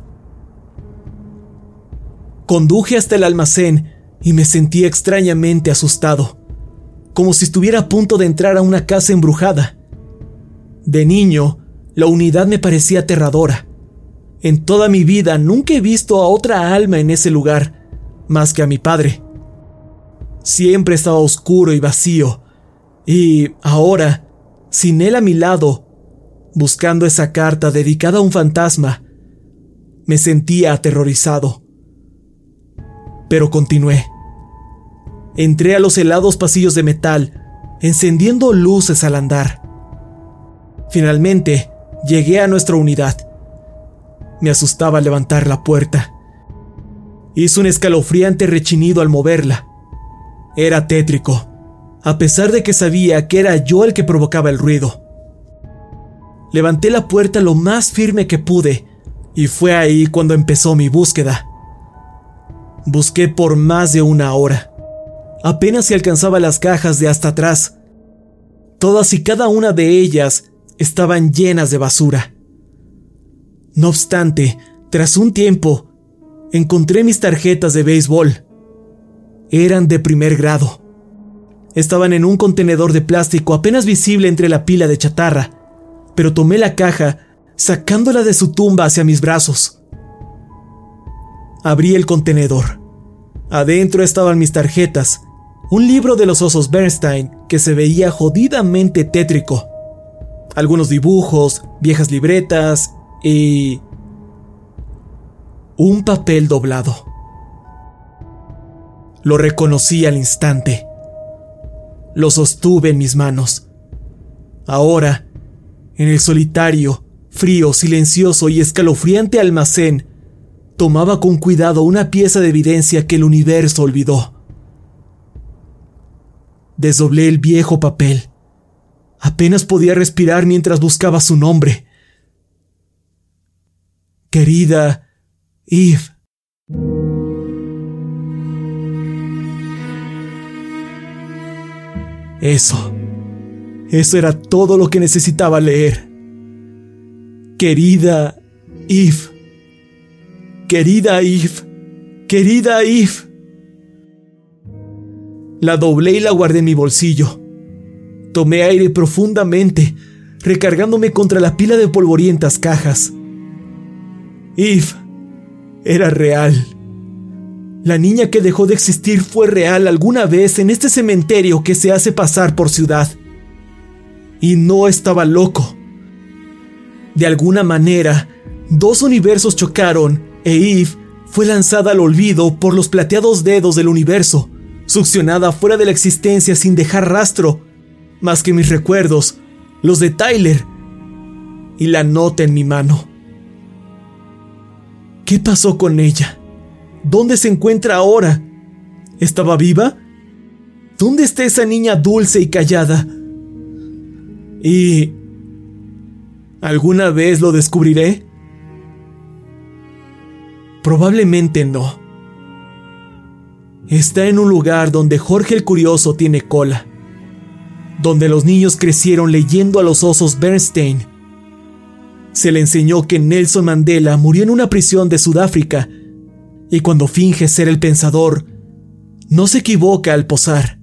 Conduje hasta el almacén y me sentí extrañamente asustado, como si estuviera a punto de entrar a una casa embrujada. De niño, la unidad me parecía aterradora. En toda mi vida nunca he visto a otra alma en ese lugar, más que a mi padre. Siempre estaba oscuro y vacío, y ahora, sin él a mi lado, buscando esa carta dedicada a un fantasma, Me sentía aterrorizado. Pero continué. Entré a los helados pasillos de metal, encendiendo luces al andar. Finalmente, llegué a nuestra unidad. Me asustaba levantar la puerta. Hizo un escalofriante rechinido al moverla. Era tétrico, a pesar de que sabía que era yo el que provocaba el ruido. Levanté la puerta lo más firme que pude, y fue ahí cuando empezó mi búsqueda. Busqué por más de 1 hora. Apenas si alcanzaba las cajas de hasta atrás. Todas y cada una de ellas estaban llenas de basura. No obstante, tras un tiempo, encontré mis tarjetas de béisbol. Eran de primer grado. Estaban en un contenedor de plástico apenas visible entre la pila de chatarra, pero tomé la caja, sacándola de su tumba hacia mis brazos. Abrí el contenedor. Adentro estaban mis tarjetas, un libro de los osos Bernstein que se veía jodidamente tétrico, algunos dibujos, viejas libretas y un papel doblado. Lo reconocí al instante. Lo sostuve en mis manos. Ahora, en el solitario, frío, silencioso y escalofriante almacén, tomaba con cuidado una pieza de evidencia que el universo olvidó. Desdoblé el viejo papel. Apenas podía respirar mientras buscaba su nombre. Querida Eve. Eso era todo lo que necesitaba leer. Querida Eve. Querida Eve. Querida Eve. La doblé y la guardé en mi bolsillo. Tomé aire profundamente, recargándome contra la pila de polvorientas cajas. Eve era real. La niña que dejó de existir fue real alguna vez en este cementerio que se hace pasar por ciudad. Y no estaba loco. De alguna manera, 2 universos chocaron e Eve fue lanzada al olvido por los plateados dedos del universo, succionada fuera de la existencia sin dejar rastro, más que mis recuerdos, los de Tyler y la nota en mi mano. ¿Qué pasó con ella? ¿Dónde se encuentra ahora? ¿Estaba viva? ¿Dónde está esa niña dulce y callada? ¿Y alguna vez lo descubriré? Probablemente no. Está en un lugar donde Jorge el Curioso tiene cola, donde los niños crecieron leyendo a los osos Bernstein. Se le enseñó que Nelson Mandela murió en una prisión de Sudáfrica, y cuando finge ser el pensador, no se equivoca al posar.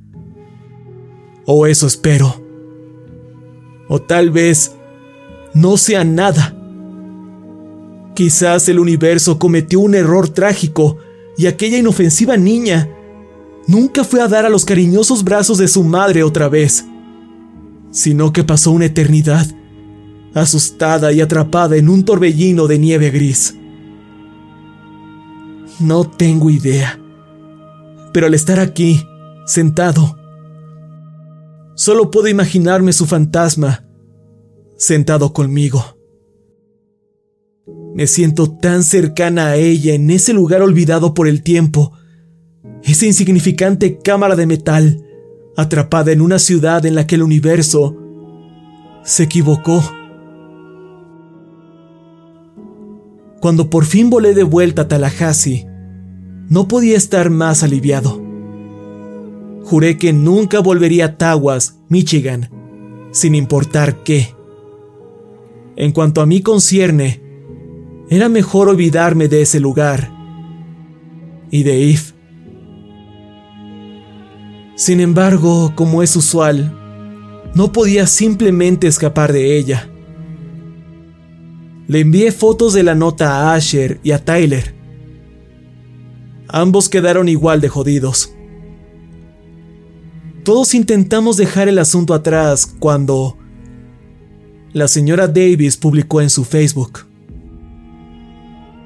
O eso espero. O tal vez no sea nada. Quizás el universo cometió un error trágico y aquella inofensiva niña nunca fue a dar a los cariñosos brazos de su madre otra vez, sino que pasó una eternidad, asustada y atrapada en un torbellino de nieve gris. No tengo idea, pero al estar aquí, sentado, solo puedo imaginarme su fantasma sentado conmigo. Me siento tan cercana a ella en ese lugar olvidado por el tiempo, esa insignificante cámara de metal, atrapada en una ciudad en la que el universo se equivocó. Cuando por fin volé de vuelta a Tallahassee, no podía estar más aliviado. Juré que nunca volvería a Tawas, Michigan, sin importar qué. En cuanto a mí concierne, era mejor olvidarme de ese lugar y de Eve. Sin embargo, como es usual, no podía simplemente escapar de ella. Le envié fotos de la nota a Asher y a Tyler. Ambos quedaron igual de jodidos. Todos intentamos dejar el asunto atrás cuando la señora Davis publicó en su Facebook: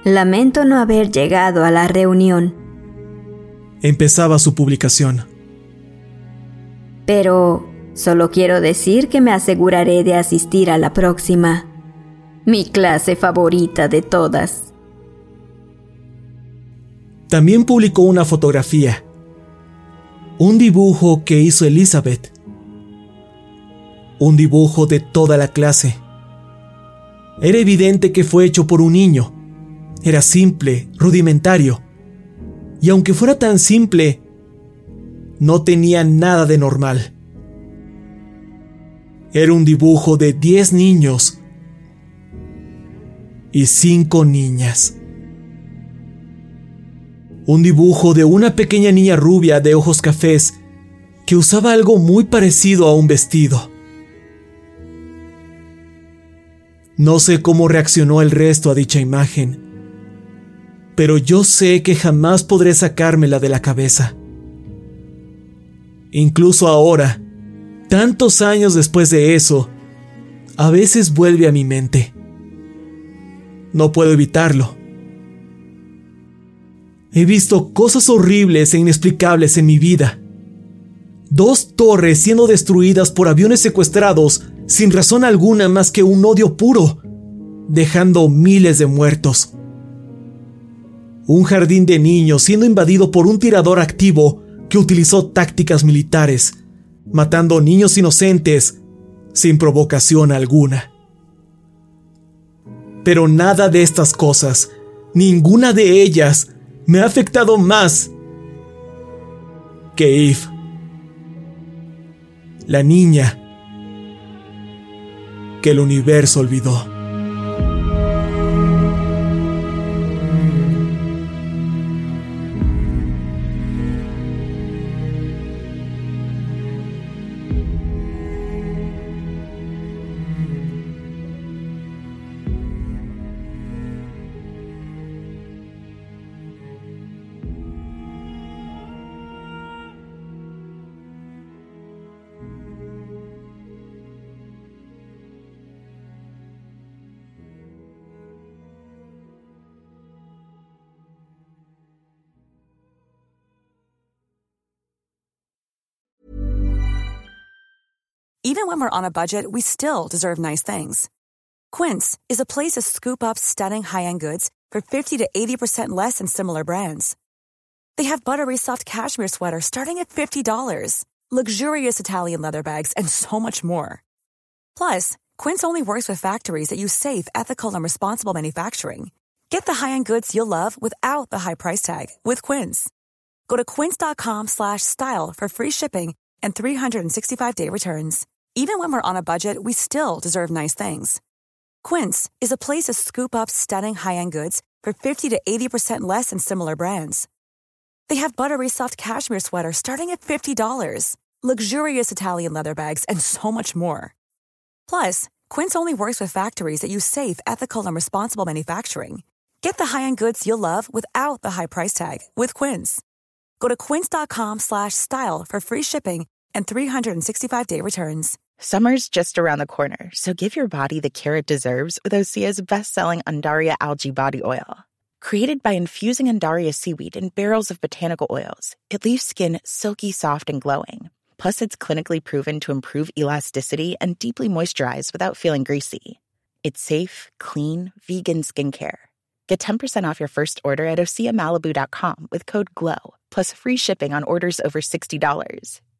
Lamento no haber llegado a la reunión. Empezaba su publicación. Pero solo quiero decir que me aseguraré de asistir a la próxima. Mi clase favorita de todas. También publicó una fotografía. Un dibujo que hizo Elizabeth. Un dibujo de toda la clase. Era evidente que fue hecho por un niño. Era simple, rudimentario. Y aunque fuera tan simple, no tenía nada de normal. Era un dibujo de 10 niños y 5 niñas. Un dibujo de una pequeña niña rubia de ojos cafés que usaba algo muy parecido a un vestido. No sé cómo reaccionó el resto a dicha imagen, pero yo sé que jamás podré sacármela de la cabeza. Incluso ahora, tantos años después de eso, a veces vuelve a mi mente. No puedo evitarlo. He visto cosas horribles e inexplicables en mi vida. 2 torres siendo destruidas por aviones secuestrados sin razón alguna más que un odio puro, dejando miles de muertos. Un jardín de niños siendo invadido por un tirador activo que utilizó tácticas militares, matando niños inocentes sin provocación alguna. Pero nada de estas cosas, ninguna de ellas, me ha afectado más que Eve, la niña que el universo olvidó. Even when we're on a budget, we still deserve nice things. Quince is a place to scoop up stunning high-end goods for 50 to 80% less than similar brands. They have buttery soft cashmere sweaters starting at $50, luxurious Italian leather bags, and so much more. Plus, Quince only works with factories that use safe, ethical, and responsible manufacturing. Get the high-end goods you'll love without the high price tag with Quince. Go to quince.com/style for free shipping and 365-day returns. Even when we're on a budget, we still deserve nice things. Quince is a place to scoop up stunning high-end goods for 50 to 80% less than similar brands. They have buttery soft cashmere sweaters starting at $50, luxurious Italian leather bags, and so much more. Plus, Quince only works with factories that use safe, ethical, and responsible manufacturing. Get the high-end goods you'll love without the high price tag with Quince. Go to quince.com/style for free shipping and 365-day returns. Summer's just around the corner, so give your body the care it deserves with Osea's best-selling Undaria Algae Body Oil. Created by infusing Undaria seaweed in barrels of botanical oils, it leaves skin silky, soft, and glowing. Plus, it's clinically proven to improve elasticity and deeply moisturize without feeling greasy. It's safe, clean, vegan skincare. Get 10% off your first order at OseaMalibu.com with code GLOW, plus free shipping on orders over $60.